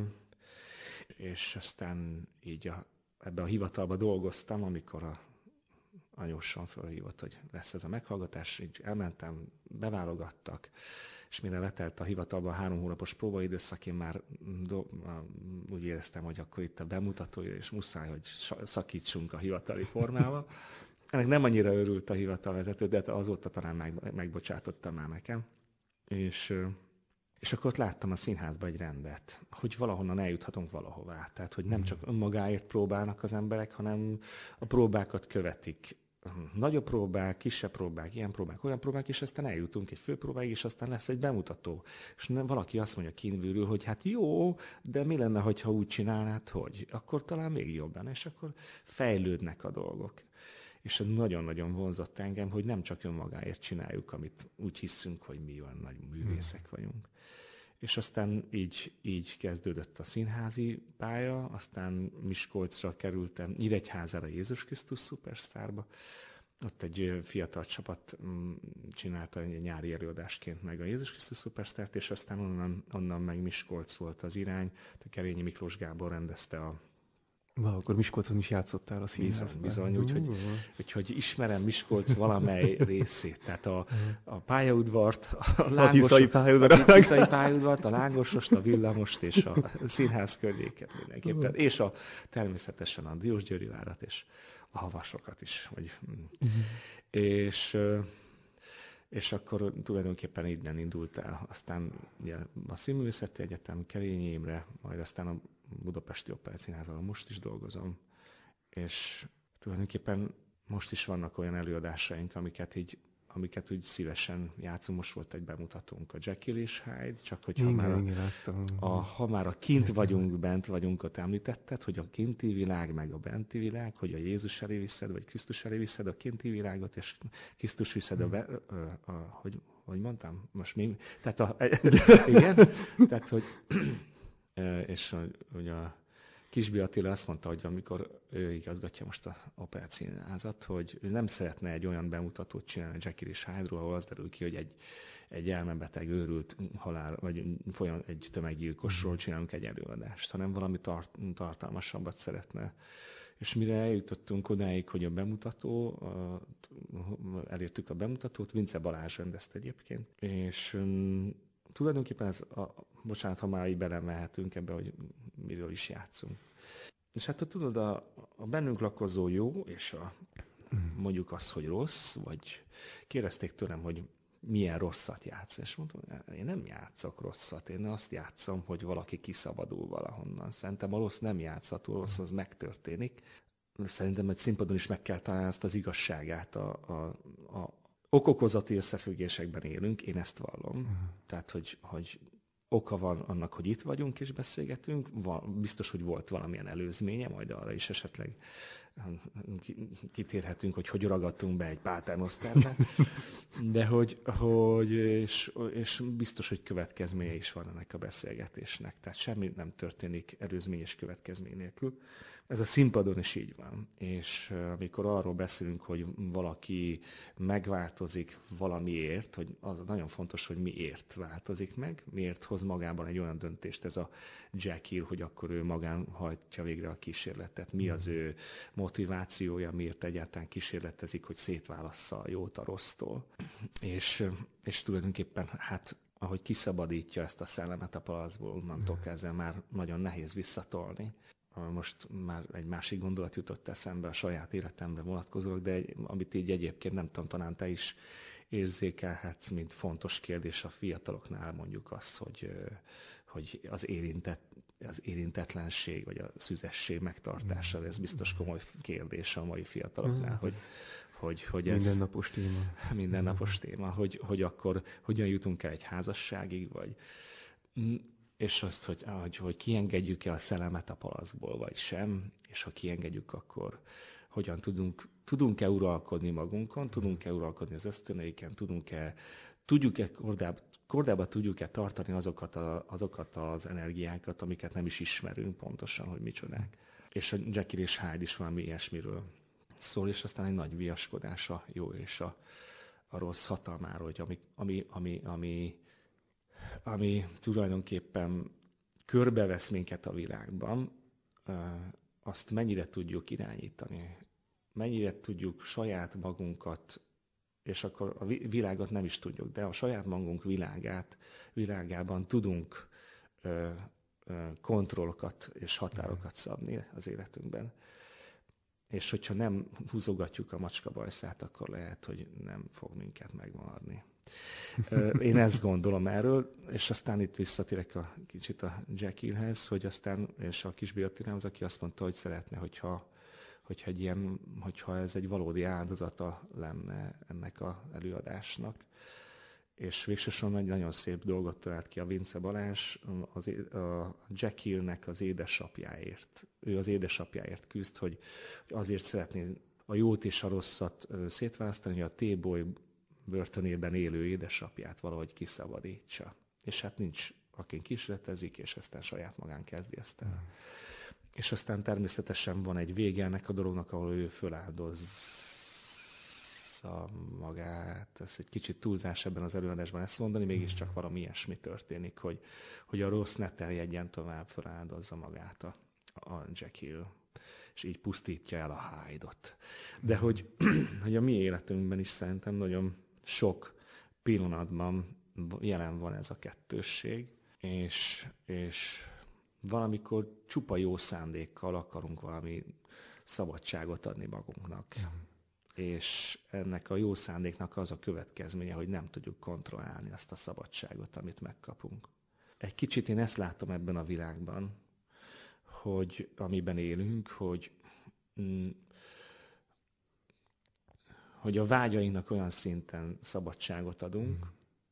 és aztán így a, ebbe a hivatalba dolgoztam, amikor a anyósom felhívott, hogy lesz ez a meghallgatás, így elmentem, beválogattak, és mire letelt a hivatalban a három hónapos próbaidőszak, én már do, úgy éreztem, hogy akkor itt a bemutatója, és muszáj, hogy szakítsunk a hivatali formával. Ennek nem annyira örült a hivatalvezető, de azóta talán meg, megbocsátottam már nekem. És, és akkor ott láttam a színházban egy rendet, hogy valahonnan eljuthatunk valahová. Tehát, hogy nem csak önmagáért próbálnak az emberek, hanem a próbákat követik. Nagyobb próbák, kisebb próbák, ilyen próbák, olyan próbák, és aztán eljutunk egy főpróbáig, és aztán lesz egy bemutató. És nem, valaki azt mondja kívülről, hogy hát jó, de mi lenne, ha úgy csinálnád, hogy? Akkor talán még jobb lenne, és akkor fejlődnek a dolgok. És nagyon-nagyon vonzott engem, hogy nem csak önmagáért csináljuk, amit úgy hiszünk, hogy mi olyan nagy művészek vagyunk. És aztán így, így kezdődött a színházi pálya, aztán Miskolcra kerültem, Nyíregyházára, Jézus Krisztus Szupersztárba. Ott egy fiatal csapat csinálta egy nyári előadásként meg a Jézus Krisztus Szupersztárt, és aztán onnan, onnan meg Miskolc volt az irány. A Kerényi Miklós Gábor rendezte a Va, akkor Miskolcon is játszottál a színházban. Bizony, bizony, úgyhogy, úgyhogy ismerem Miskolc valamely részét. Tehát a, a pályaudvart, a lángos, a tiszai pályaudvart, a lángosost, a villamost és a színház környéket mindenképpen. És a, természetesen a Diósgyőri várat és a havasokat is. Vagy, uh-huh. és, és akkor tulajdonképpen innen indult el. Aztán ugye, a Színművészeti Egyetem, Kerényi Imre, majd aztán a Budapesti Operettszínházban most is dolgozom. És tulajdonképpen most is vannak olyan előadásaink, amiket így, amiket úgy szívesen játszunk. Most volt egy bemutatónk, a Jekyll és Hyde, csak hogyha igen, már, a, igen, a, ha már a kint vagyunk, bent vagyunk, ott említetted, hogy a kinti világ, meg a benti világ, hogy a Jézus elé viszed, vagy Krisztus elé viszed a kinti világot, és Krisztus viszed a, be, a, a, a hogy, hogy mondtam? Most mi? Tehát a, igen? Tehát, hogy és hogy a Kisby Attila azt mondta, hogy amikor ő igazgatja most az Operettszínházat, hogy ő nem szeretne egy olyan bemutatót csinálni Jekyll és Hyde-ról, ahol az derül ki, hogy egy, egy elmebeteg, őrült halál, vagy folyam, egy tömeggyilkosról csinálunk egy előadást, hanem valami tart, tartalmasabbat szeretne. És mire eljutottunk odáig, hogy a bemutató, a, elértük a bemutatót, Vince Balázs rendezte egyébként, és um, tulajdonképpen ez, a, bocsánat, ha már így belemehetünk ebbe, hogy miről is játszunk. És hát tudod, a, a bennünk lakozó jó, és a, mondjuk az, hogy rossz, vagy kérdezték tőlem, hogy milyen rosszat játsz. És mondtam, én nem játszok rosszat, én azt játszom, hogy valaki kiszabadul valahonnan. Szerintem a rossz nem játszható, a rossz az megtörténik. Szerintem egy színpadon is meg kell találni azt az igazságát. A, a, a okokozati összefüggésekben élünk, én ezt vallom. Uh-huh. Tehát, hogy, hogy oka van annak, hogy itt vagyunk és beszélgetünk. Van, biztos, hogy volt valamilyen előzménye, majd arra is esetleg kitérhetünk, hogy hogy ragadtunk be egy Paternosterbe. De hogy, hogy és, és biztos, hogy következménye is van ennek a beszélgetésnek. Tehát semmi nem történik előzményes következmény nélkül. Ez a színpadon is így van. És amikor arról beszélünk, hogy valaki megváltozik valamiért, hogy az nagyon fontos, hogy miért változik meg, miért hoz magában egy olyan döntést ez a Jekyll, hogy akkor ő magán hajtja végre a kísérletet, mi az ő motivációja, miért egyáltalán kísérletezik, hogy szétválassza a jót a rossztól. És, és tulajdonképpen hát ahogy kiszabadítja ezt a szellemet a palacból, onnantól kezdve már nagyon nehéz visszatolni. Most már egy másik gondolat jutott eszembe a saját életemre vonatkozólag, de egy, amit így egyébként nem tudom, talán te is érzékelhetsz, mint fontos kérdés a fiataloknál, mondjuk az, hogy, hogy az, érintett, az érintetlenség, vagy a szüzesség megtartása, ez biztos komoly kérdés a mai fiataloknál, hogy, hogy, hogy ez mindennapos téma. Mindennapos téma, hogy, hogy akkor hogyan jutunk el egy házasságig, vagy és azt, hogy, hogy, hogy kiengedjük-e a szellemet a palackból, vagy sem, és ha kiengedjük, akkor hogyan tudunk, tudunk-e uralkodni magunkon, tudunk-e uralkodni az ösztöneiken, tudunk-e, tudjuk-e kordába, kordába tudjuk-e tartani azokat, a, azokat az energiákat, amiket nem is ismerünk pontosan, hogy micsodák. És a Jekyll és Hyde is valami ilyesmiről szól, és aztán egy nagy viaskodás a jó és a, a rossz hatalmáról, hogy ami, ami, ami, ami ami tulajdonképpen körbevesz minket a világban, azt mennyire tudjuk irányítani, mennyire tudjuk saját magunkat, és akkor a világot nem is tudjuk, de a saját magunk világát, világában tudunk kontrollokat és határokat szabni az életünkben. És hogyha nem húzogatjuk a macska bajszát, akkor lehet, hogy nem fog minket megmaradni. Én ezt gondolom erről, és aztán itt visszatérek a kicsit a Jekyllhez, hogy aztán, és a Kisby Attilához, aki azt mondta, hogy szeretne, hogyha, hogyha, egy ilyen, hogyha ez egy valódi áldozata lenne ennek az előadásnak. És végsősorban egy nagyon szép dolgot talált ki a Vince Balázs, az, a Jekyllnek az édesapjáért. Ő az édesapjáért küzd, hogy azért szeretné a jót és a rosszat szétválasztani, hogy a T-boy börtönében élő édesapját valahogy kiszabadítsa. És hát nincs, akin kísérletezik, és aztán saját magán kezdi ezt el. Mm. És aztán természetesen van egy vége ennek a dolognak, ahol ő föláldozza magát. Ez egy kicsit túlzás ebben az előadásban ezt mondani, mégiscsak valami ilyesmi történik, hogy, hogy a rossz ne terjedjen tovább, föláldozza magát a, a Jekyll. és így pusztítja el a Hyde-ot. De hogy, hogy a mi életünkben is szerintem nagyon sok pillanatban jelen van ez a kettősség, és, és valamikor csupa jó szándékkal akarunk valami szabadságot adni magunknak. Mm. És ennek a jó szándéknak az a következménye, hogy nem tudjuk kontrollálni azt a szabadságot, amit megkapunk. Egy kicsit én ezt látom ebben a világban, hogy amiben élünk, hogy, mm, hogy a vágyainknak olyan szinten szabadságot adunk, mm.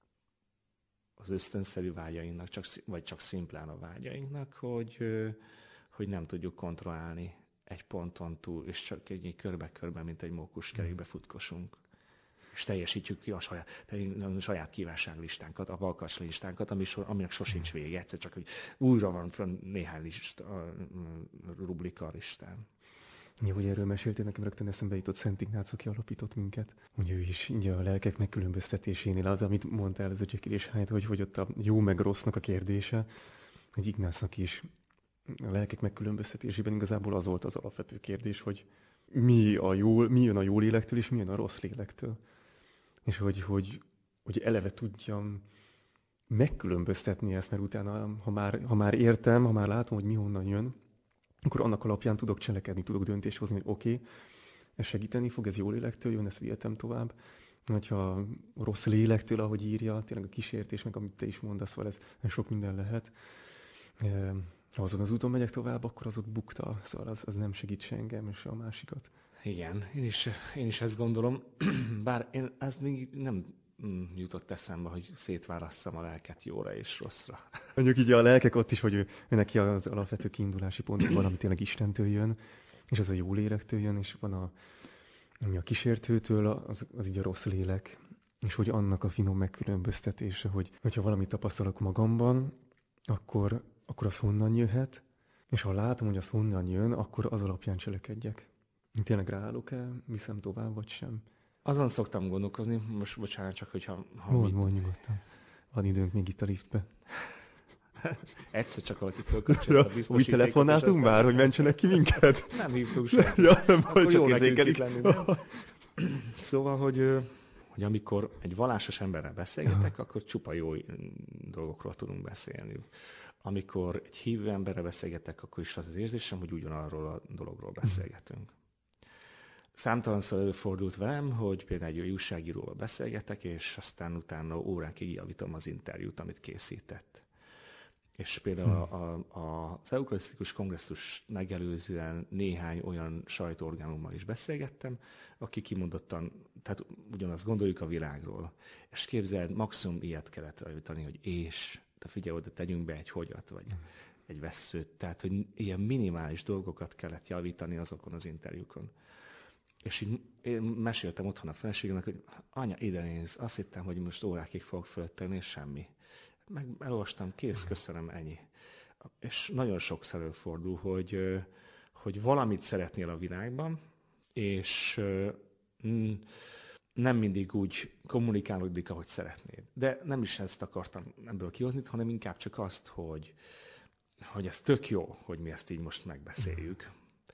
az ösztönszerű vágyainknak, csak, vagy csak szimplán a vágyainknak, hogy, hogy nem tudjuk kontrollálni egy ponton túl, és csak egy körbe-körbe, mint egy mókuskerékbe futkosunk. És teljesítjük ki a saját, a saját kívánságlistánkat, a valkas listánkat, ami so, aminek sosincs vége, egyszer csak, hogy újra van fönn néhány lista, a rubrika a listán. Ja, hogy erről meséltél, nekem rögtön eszembe jutott Szent Ignác, aki alapított minket. Ugye ő is ugye a lelkek megkülönböztetésénél az, amit mondtál, ez a Jekyll és Hyde, hogy, hogy ott a jó meg rossznak a kérdése, hogy Ignácnak is a lelkek megkülönböztetésében igazából az volt az alapvető kérdés, hogy mi, a jó, mi jön a jó lélektől, és mi jön a rossz lélektől. És hogy, hogy, hogy eleve tudjam megkülönböztetni ezt, mert utána, ha már, ha már értem, ha már látom, hogy mi honnan jön, akkor annak alapján tudok cselekedni, tudok döntést hozni, hogy oké, okay, ez segíteni fog, ez jó lélektől jön, ezt vihetem tovább. Hogyha rossz lélektől, ahogy írja, tényleg a kísértés, meg amit te is mondasz, szóval ez, ez sok minden lehet. Ha azon az úton megyek tovább, akkor az ott bukta, szóval az, az nem segít se engem, és a másikat. Igen, én is, én is ezt gondolom, bár én, ez még nem jutott eszembe, hogy szétválasszam a lelket jóra és rosszra. Mondjuk így a lelkek ott is, hogy ő, ő neki az alapvető kiindulási pont, hogy valami tényleg Istentől jön, és az a jó lélektől jön, és van a, ami a kísértőtől, az, az így a rossz lélek, és hogy annak a finom megkülönböztetése, hogy hogyha valamit tapasztalok magamban, akkor, akkor az honnan jöhet, és ha látom, hogy az honnan jön, akkor az alapján cselekedjek. Én tényleg ráállok-e, viszem tovább, vagy sem? Azon szoktam gondolkozni, most bocsánat, csak hogyha... Ha Mondj, mondj nyugodtan. Van időnk még itt a liftbe. Egyszer csak valaki fölkapcsolja a biztosítékot. Úgy telefonáltunk már, hogy mentsenek ki minket? Nem hívtunk senkit. Ja, nem, akkor jó nekünk itt lenni, nem? Szóval, hogy, hogy amikor egy vallásos emberrel beszélgetek, ja. akkor csupa jó dolgokról tudunk beszélni. Amikor egy hívő emberrel beszélgetek, akkor is az az érzésem, hogy ugyanarról a dologról beszélgetünk. Számtalanszor előfordult velem, hogy például egy újságíróval beszélgetek, és aztán utána órákig javítom az interjút, amit készített. És például a, a, az eukarisztikus kongresszus megelőzően néhány olyan sajtóorgánummal is beszélgettem, akik kimondottan, tehát ugyanazt gondoljuk a világról. És képzeld, maximum ilyet kellett javítani, hogy és, te figyelj oda, tegyünk be egy hogyat, vagy egy vesszőt. Tehát, hogy ilyen minimális dolgokat kellett javítani azokon az interjúkon. És így én meséltem otthon a feleségemnek, hogy anya, ide nézz, azt hittem, hogy most órákig fogok föltenni, és semmi. Meg elolvastam, kész, köszönöm, ennyi. És nagyon sokszor előfordul, hogy, hogy valamit szeretnél a világban, és nem mindig úgy kommunikálódik, ahogy szeretnéd. De nem is ezt akartam ebből kihozni, hanem inkább csak azt, hogy, hogy ez tök jó, hogy mi ezt így most megbeszéljük.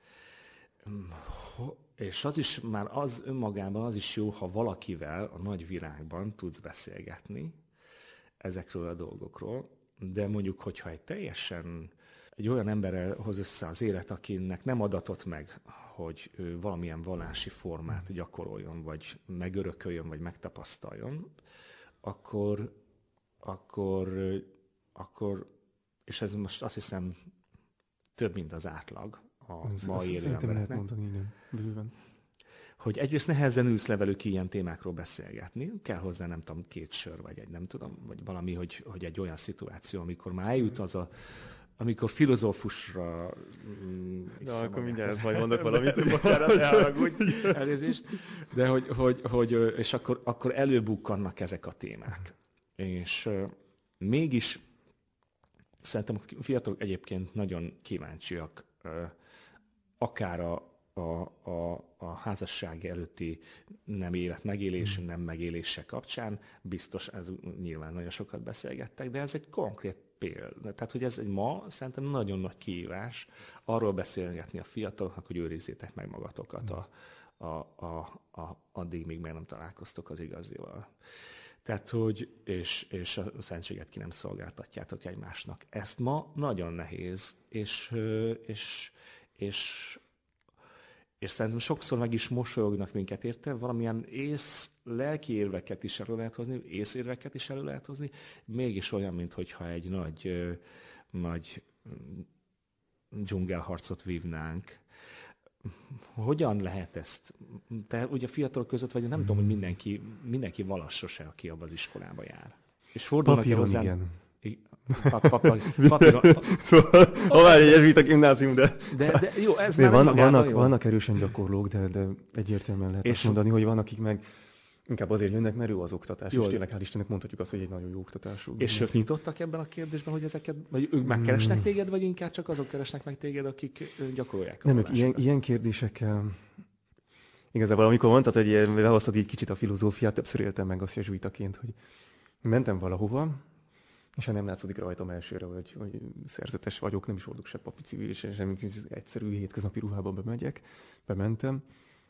És az is már az önmagában az is jó, ha valakivel a nagy világban tudsz beszélgetni ezekről a dolgokról, de mondjuk, hogyha egy teljesen egy olyan emberrel hoz össze az élet, akinek nem adatott meg, hogy ő valamilyen vallási formát gyakoroljon, vagy megörököljön, vagy megtapasztaljon, akkor, akkor, akkor és ez most azt hiszem több, mint az átlag a ez, ma élő embereknek. Lehet mondani, igen, bőven. Hogy egyrészt nehezen ülsz le velük ilyen témákról beszélgetni, kell hozzá nem tudom, két sör, vagy egy nem tudom, vagy valami, hogy, hogy egy olyan szituáció, amikor már eljut az a, amikor filozófusra... Mm, Na, akkor mindjárt majd mondok valamit. Bocsánat, ne haragudj, elnézést. De hogy, hogy, hogy és akkor, akkor előbukkannak ezek a témák. És uh, mégis szerintem a fiatalok egyébként nagyon kíváncsiak, uh, akár a A, a, a házasság előtti nem élet megélés, nem megélése kapcsán, biztos ez nyilván nagyon sokat beszélgettek, de ez egy konkrét példa. Tehát, hogy ez egy ma szerintem nagyon nagy kihívás arról beszélgetni a fiataloknak, hogy őrizzétek meg magatokat a, a, a, a, addig, míg meg nem találkoztok az igazival. Tehát, hogy, és, és a szentséget ki nem szolgáltatjátok egymásnak. Ezt ma nagyon nehéz, és, és, és, és szerintem sokszor meg is mosolyognak minket, érte? Valamilyen ész, lelki érveket is elő lehet hozni, észérveket is elő lehet hozni, mégis olyan, mintha egy nagy, nagy dzsungelharcot vívnánk. Hogyan lehet ezt? Te ugye fiatal között vagy, nem hmm. tudom, hogy mindenki, mindenki valassos-e, aki abban az iskolába jár. És fordulnak Papíron, hozzám, igen. Pap, pap, papíron. Szóval, ha már egy jezsuita gimnázium, de... De, de jó, ez de már van, magában vannak, jó. vannak erősen gyakorlók, de, de egyértelműen lehet és azt mondani, hogy vannak, akik meg inkább azért jönnek, mert jó az oktatás, jó. És tényleg hál' Istennek mondhatjuk azt, hogy egy nagyon jó oktatású. És ők nyitottak ebben a kérdésben, hogy ezeket, vagy ők már keresnek téged, vagy inkább csak azok keresnek meg téged, akik gyakorolják a Nem, ők ilyen, ilyen kérdésekkel... Igazából amikor mondtad, hogy behoztad így kicsit a filozófiát, többször éltem meg azt jezsuitaként, hogy mentem valahova, és hát nem látszódik rajtam elsőre, hogy, hogy szerzetes vagyok, nem is hordok se papi civil, és semmi egyszerű hétköznapi ruhában bemegyek, bementem,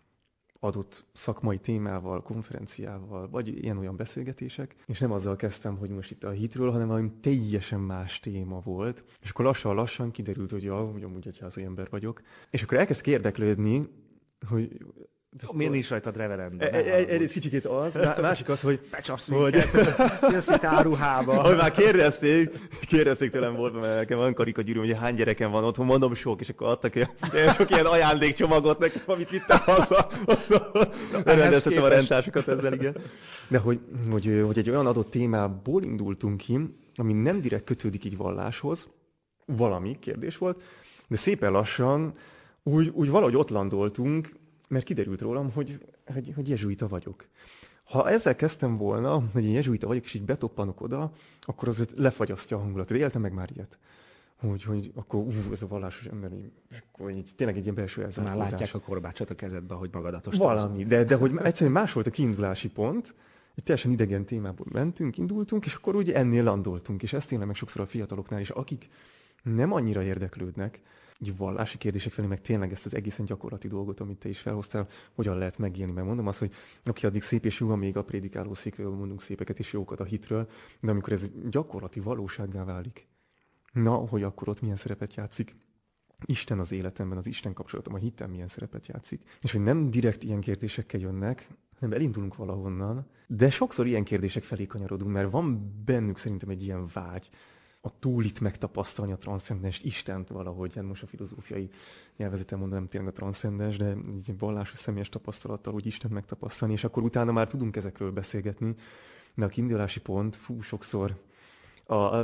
adott szakmai témával, konferenciával, vagy ilyen-olyan beszélgetések, és nem azzal kezdtem, hogy most itt a hitről, hanem valami teljesen más téma volt, és akkor lassan-lassan kiderült, hogy ja, hogy amúgy egyházi ember vagyok, és akkor elkezd érdeklődni, hogy miért nincs rajtad reverenda? Egy kicsikét az, másik az, hogy... Becsapsz minket, jössz itt áruhába. Hogy már kérdezték, kérdezték tőlem volt, mert nekem van karikagyűrűm, hogy hány gyerekem van otthon, mondom sok, és akkor adtak ilyen, sok ilyen ajándékcsomagot nekem, amit vittem haza. Rendeztetem a rendtársakat ezzel, igen. De hogy, hogy, hogy egy olyan adott témából indultunk ki, ami nem direkt kötődik így valláshoz, valami kérdés volt, de szépen lassan úgy, úgy valahogy ott landoltunk, mert kiderült rólam, hogy, hogy, hogy jezsuita vagyok. Ha ezzel kezdtem volna, hogy én jezsuita vagyok, és így betoppanok oda, akkor az lefagyasztja a hangulatot. Éltem meg már ilyet. Hogy, hogy akkor ú, ez a vallásos ember, és akkor így, tényleg egy ilyen belső elzárkózás. Már látják a korbácsot a kezedbe, hogy magadatos. Valami, de, de hogy egyszerűen más volt a kiindulási pont, egy teljesen idegen témából mentünk, indultunk, és akkor úgy ennél landoltunk. És ezt tényleg meg sokszor a fiataloknál is, akik nem annyira érdeklődnek, így vallási kérdések felé, meg tényleg ezt az egészen gyakorlati dolgot, amit te is felhoztál, hogyan lehet megélni. Mert mondom azt, hogy aki addig szép és jó, még a prédikáló székről mondunk szépeket és jókat a hitről, de amikor ez gyakorlati valósággá válik, na, hogy akkor ott milyen szerepet játszik Isten az életemben, az Isten kapcsolatom, a hitem milyen szerepet játszik. És hogy nem direkt ilyen kérdésekkel jönnek, nem elindulunk valahonnan, de sokszor ilyen kérdések felé kanyarodunk, mert van bennük szerintem egy ilyen vágy, a túlit megtapasztalni, a transzcendenst, Istent valahogy, hát most a filozófiai nyelvezeten mondom, nem tényleg a transzcendens, de egy vallásos személyes tapasztalattal, hogy Istent megtapasztalni, és akkor utána már tudunk ezekről beszélgetni, de a kiindulási pont, fú, sokszor a, a,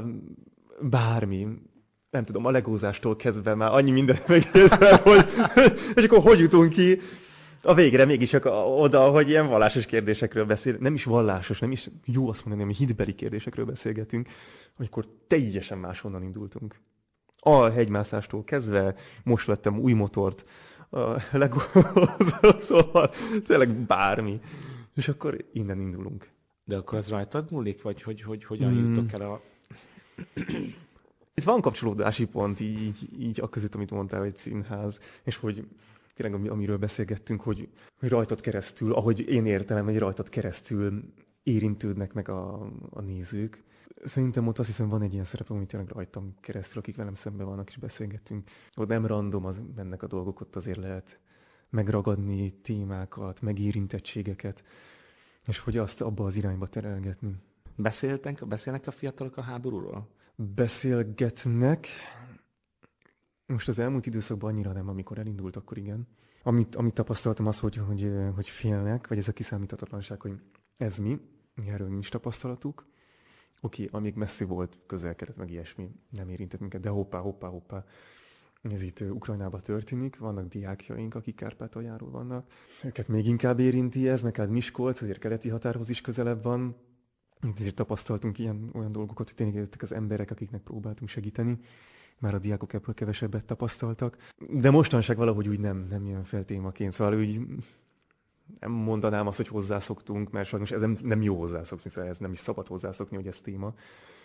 bármi, nem tudom, a legózástól kezdve már annyi minden megérte, hogy, és akkor hogy jutunk ki a végre mégis oda, hogy ilyen vallásos kérdésekről beszél, nem is vallásos, nem is jó azt mondani, hogy hitbeli kérdésekről beszélgetünk, amikor teljesen máshonnan indultunk. A hegymászástól kezdve, most vettem új motort, a Lego, szóval tényleg bármi. És akkor innen indulunk. De akkor az rajtad múlik, vagy hogy, hogy hogyan hmm. jutok el a... Itt van kapcsolódási pont, így, így a között, amit mondtál, hogy színház, és hogy tényleg amiről beszélgettünk, hogy, hogy rajtad keresztül, ahogy én értelem, hogy rajtad keresztül érintődnek meg a, a nézők. Szerintem ott azt hiszem van egy ilyen szerepem, hogy tényleg rajtam keresztül, akik velem szemben vannak és beszélgettünk. Ott nem random az, mennek a dolgok, ott azért lehet megragadni témákat, megérintettségeket, és hogy azt abba az irányba terelgetni. Beszéltek, beszélnek a fiatalok a háborúról? Beszélgetnek. Most az elmúlt időszakban annyira nem, amikor elindult, akkor igen. Amit, amit tapasztaltam az, hogy, hogy, hogy félnek, vagy ez a kiszámíthatatlanság, hogy ez mi, erről nincs tapasztalatuk. Oké, okay, amíg messzi volt, közel-kelet, meg ilyesmi, nem érintett minket, de hoppá, hoppá, hoppá. Ez itt Ukrajnában történik, vannak diákjaink, akik Kárpátaljáról vannak. Őket még inkább érinti ez, meg hát Miskolc, azért keleti határhoz is közelebb van. Ezért tapasztaltunk ilyen olyan dolgokat, hogy tényleg jöttek az emberek, akiknek próbáltunk segíteni. Már a diákok ebből kevesebbet tapasztaltak. De mostanság valahogy úgy nem, nem jön fel témaként. Szóval úgy nem mondanám azt, hogy hozzászoktunk, mert sajnos ez nem, nem jó hozzászokni, szóval ez nem is szabad hozzászokni, hogy ez téma.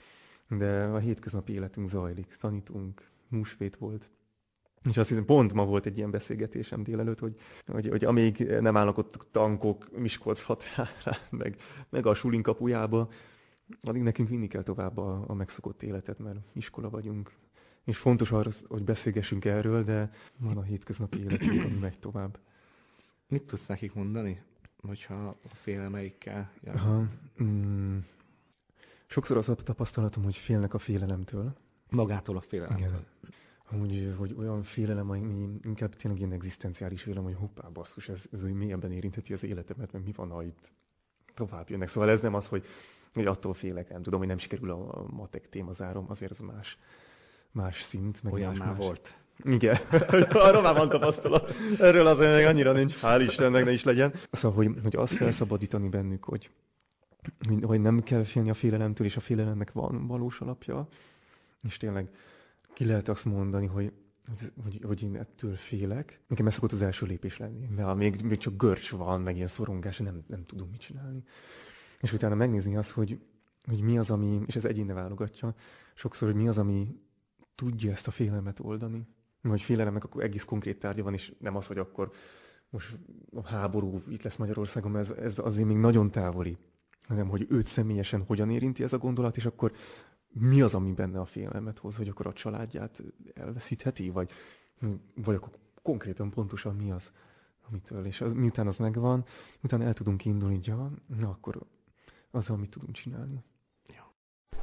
de a hétköznapi életünk zajlik, tanítunk, húsvét volt. És azt hiszem, pont ma volt egy ilyen beszélgetésem délelőtt, hogy, hogy, hogy amíg nem állnak ott tankok Miskolc határán, meg, meg a sulin kapujába, addig nekünk vinni kell tovább a, a megszokott életet, mert iskola vagyunk. És fontos arra, hogy beszélgessünk erről, de van a hétköznapi életünk, ami megy tovább. Mit tudsz nekik mondani, hogyha a félelmeikkel jön? Aha, mm, sokszor az a tapasztalatom, hogy félnek a félelemtől. Magától a félelemtől. Igen. Hogy, hogy olyan félelem, ami inkább tényleg ilyen egzisztenciális félelem, hogy hoppá, basszus, ez, ez mélyebben érintheti az életemet, mert mi van, ha itt tovább jönnek. Szóval ez nem az, hogy, hogy attól félek, nem tudom, hogy nem sikerül a matek témazárom, azért az más, más szint. Meg olyan más, már más. volt. Igen, arról már van tapasztalat. Erről azért annyira nincs, hál' Istennek, ne is legyen. Szóval, hogy, hogy azt felszabadítani bennük, hogy, hogy nem kell félni a félelemtől, és a félelemnek van valós alapja, és tényleg ki lehet azt mondani, hogy, hogy, hogy én ettől félek. Nekem ez szokott az első lépés lenni, mert még, még csak görcs van, meg ilyen szorongás, nem, nem tudunk mit csinálni. És utána megnézni azt, hogy, hogy mi az, ami, és ez egyéne válogatja, sokszor, hogy mi az, ami tudja ezt a félelmet oldani. Hogy félelemnek akkor egész konkrét tárgya van, és nem az, hogy akkor most a háború itt lesz Magyarországon, mert ez, ez azért még nagyon távoli. Hanem, hogy őt személyesen hogyan érinti ez a gondolat, és akkor mi az, ami benne a félelmet hoz, hogy akkor a családját elveszítheti, vagy, vagy akkor konkrétan pontosan mi az, amitől. És az, miután az megvan, miután el tudunk indulni, hogy ja, na akkor az, amit tudunk csinálni. Ja.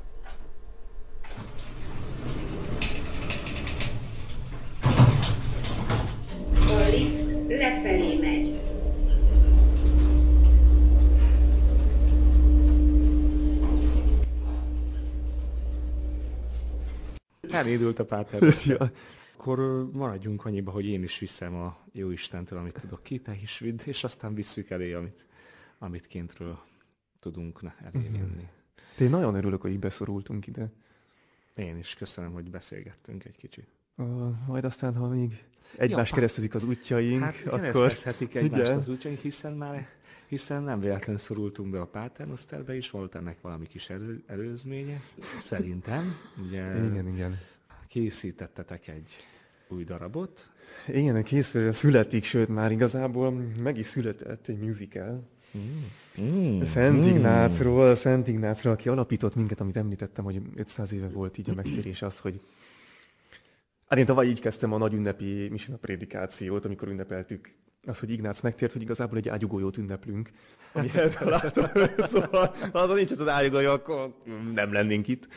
A lift lefelé megy. Elindult a Páter. Ja. Akkor maradjunk annyiba, hogy én is viszem a jó Istentől, amit tudok ki, te is vidd, és aztán visszük elé, amit, amit kintről tudunk elérni. Uh-huh. Én nagyon örülök, hogy így beszorultunk ide. Én is köszönöm, hogy beszélgettünk egy kicsit. Uh, majd aztán, ha még egymás ja, keresztezik az útjaink, hát akkor... keresztezhetik egymást igen. az útjaink, hiszen már hiszen nem véletlenül szorultunk be a Paternosterbe is, volt ennek valami kis elő, előzménye. Szerintem, ugye igen, igen. készítettetek egy új darabot. Igen, készül, születik, sőt már igazából meg is született egy musical. Mm. Mm. Szent Ignácról, Szent Ignácról, aki alapított minket, amit említettem, hogy ötszáz éve volt így a megtérés az, hogy hát én tavaly így kezdtem a nagy ünnepi misina prédikációt, amikor ünnepeltük az, hogy Ignác megtért, hogy igazából egy ágyugójót ünneplünk. Ami erről látom, szóval ha nincs ez az ágyugójó, akkor nem lennénk itt.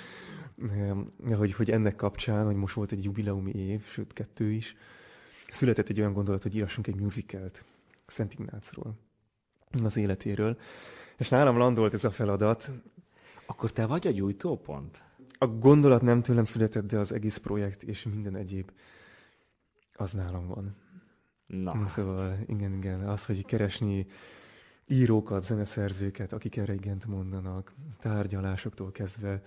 Hogy, hogy ennek kapcsán, hogy most volt egy jubileumi év, sőt kettő is, született egy olyan gondolat, hogy írassunk egy musicalt Szent Ignácról, az életéről. És nálam landolt ez a feladat. Akkor te vagy a gyújtópont? A gondolat nem tőlem született, de az egész projekt és minden egyéb az nálam van. Na. Szóval igen, igen, az, hogy keresni írókat, zeneszerzőket, akik erre igent mondanak, tárgyalásoktól kezdve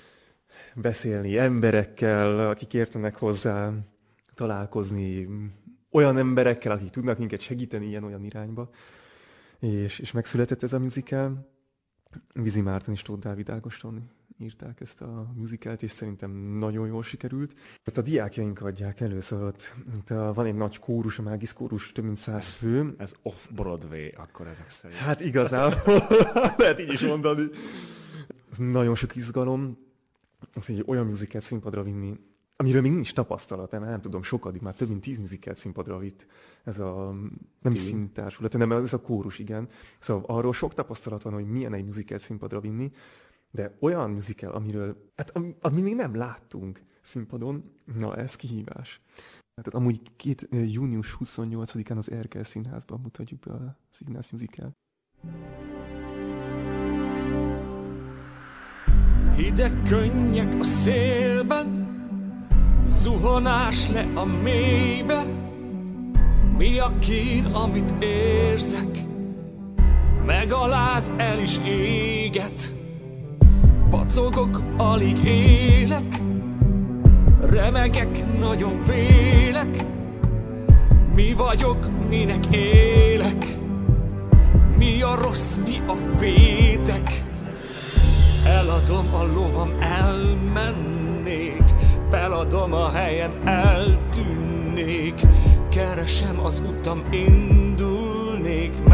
beszélni emberekkel, akik értenek hozzá, találkozni olyan emberekkel, akik tudnak minket segíteni ilyen-olyan irányba. És, és megszületett ez a musical. Vizi Márton és Tóth Dávid Ágoston írták ezt a musicalt, és szerintem nagyon jól sikerült. Ott a diákjaink adják elő, szóval ott, ott a, van egy nagy kórus, a Mágis kórus, több mint száz fő. Ez off-Broadway, akkor ezek szerint. Hát igazából lehet így is mondani. Ez nagyon sok izgalom, az, hogy olyan musicalt színpadra vinni, amiről még nincs tapasztalat, nem, nem tudom, sokadik, már több mint tíz musicalt színpadra vitt ez a, nem színtársulat, hanem ez a kórus, igen. Szóval arról sok tapasztalat van, hogy milyen egy musicalt színpadra vinni, de olyan musical, amiről, hát amit még nem láttunk színpadon, na ez kihívás. Hát amúgy két, június huszonnyolcadikán az Erkel Színházban mutatjuk be az Ignác musical. Hideg könnyek a szélben, zuhanás le a mélybe. Mi a kín, amit érzek? Megaláz, el is éget. Pacogok, alig élek. Remegek, nagyon félek. Mi vagyok, minek élek? Mi a rossz, mi a vétek? Eladom a lovam, elmennék, feladom a helyem, eltűnnék, keresem az utam, indulnék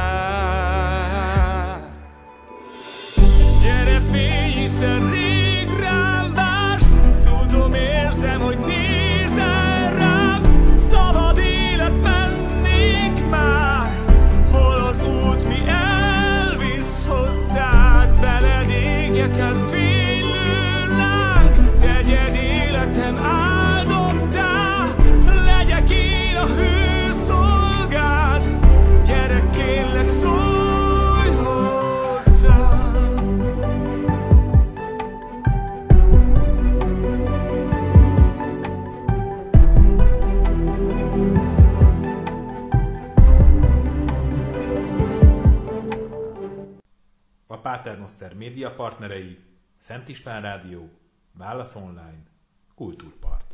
már. Gyere félj, hiszen rég rám vársz, tudom, érzem, hogy nézel rám, szabad élet mennék már, hol az út, mi elvisz hozzád, veled égjek el fénylő láng, tegyed életem áldottá, legyek én a hőszolgád, gyere kérlek, szólj hozzám. A Paternoster média partnerei: Szent István Rádió, Válasz Online, Kultúrpart.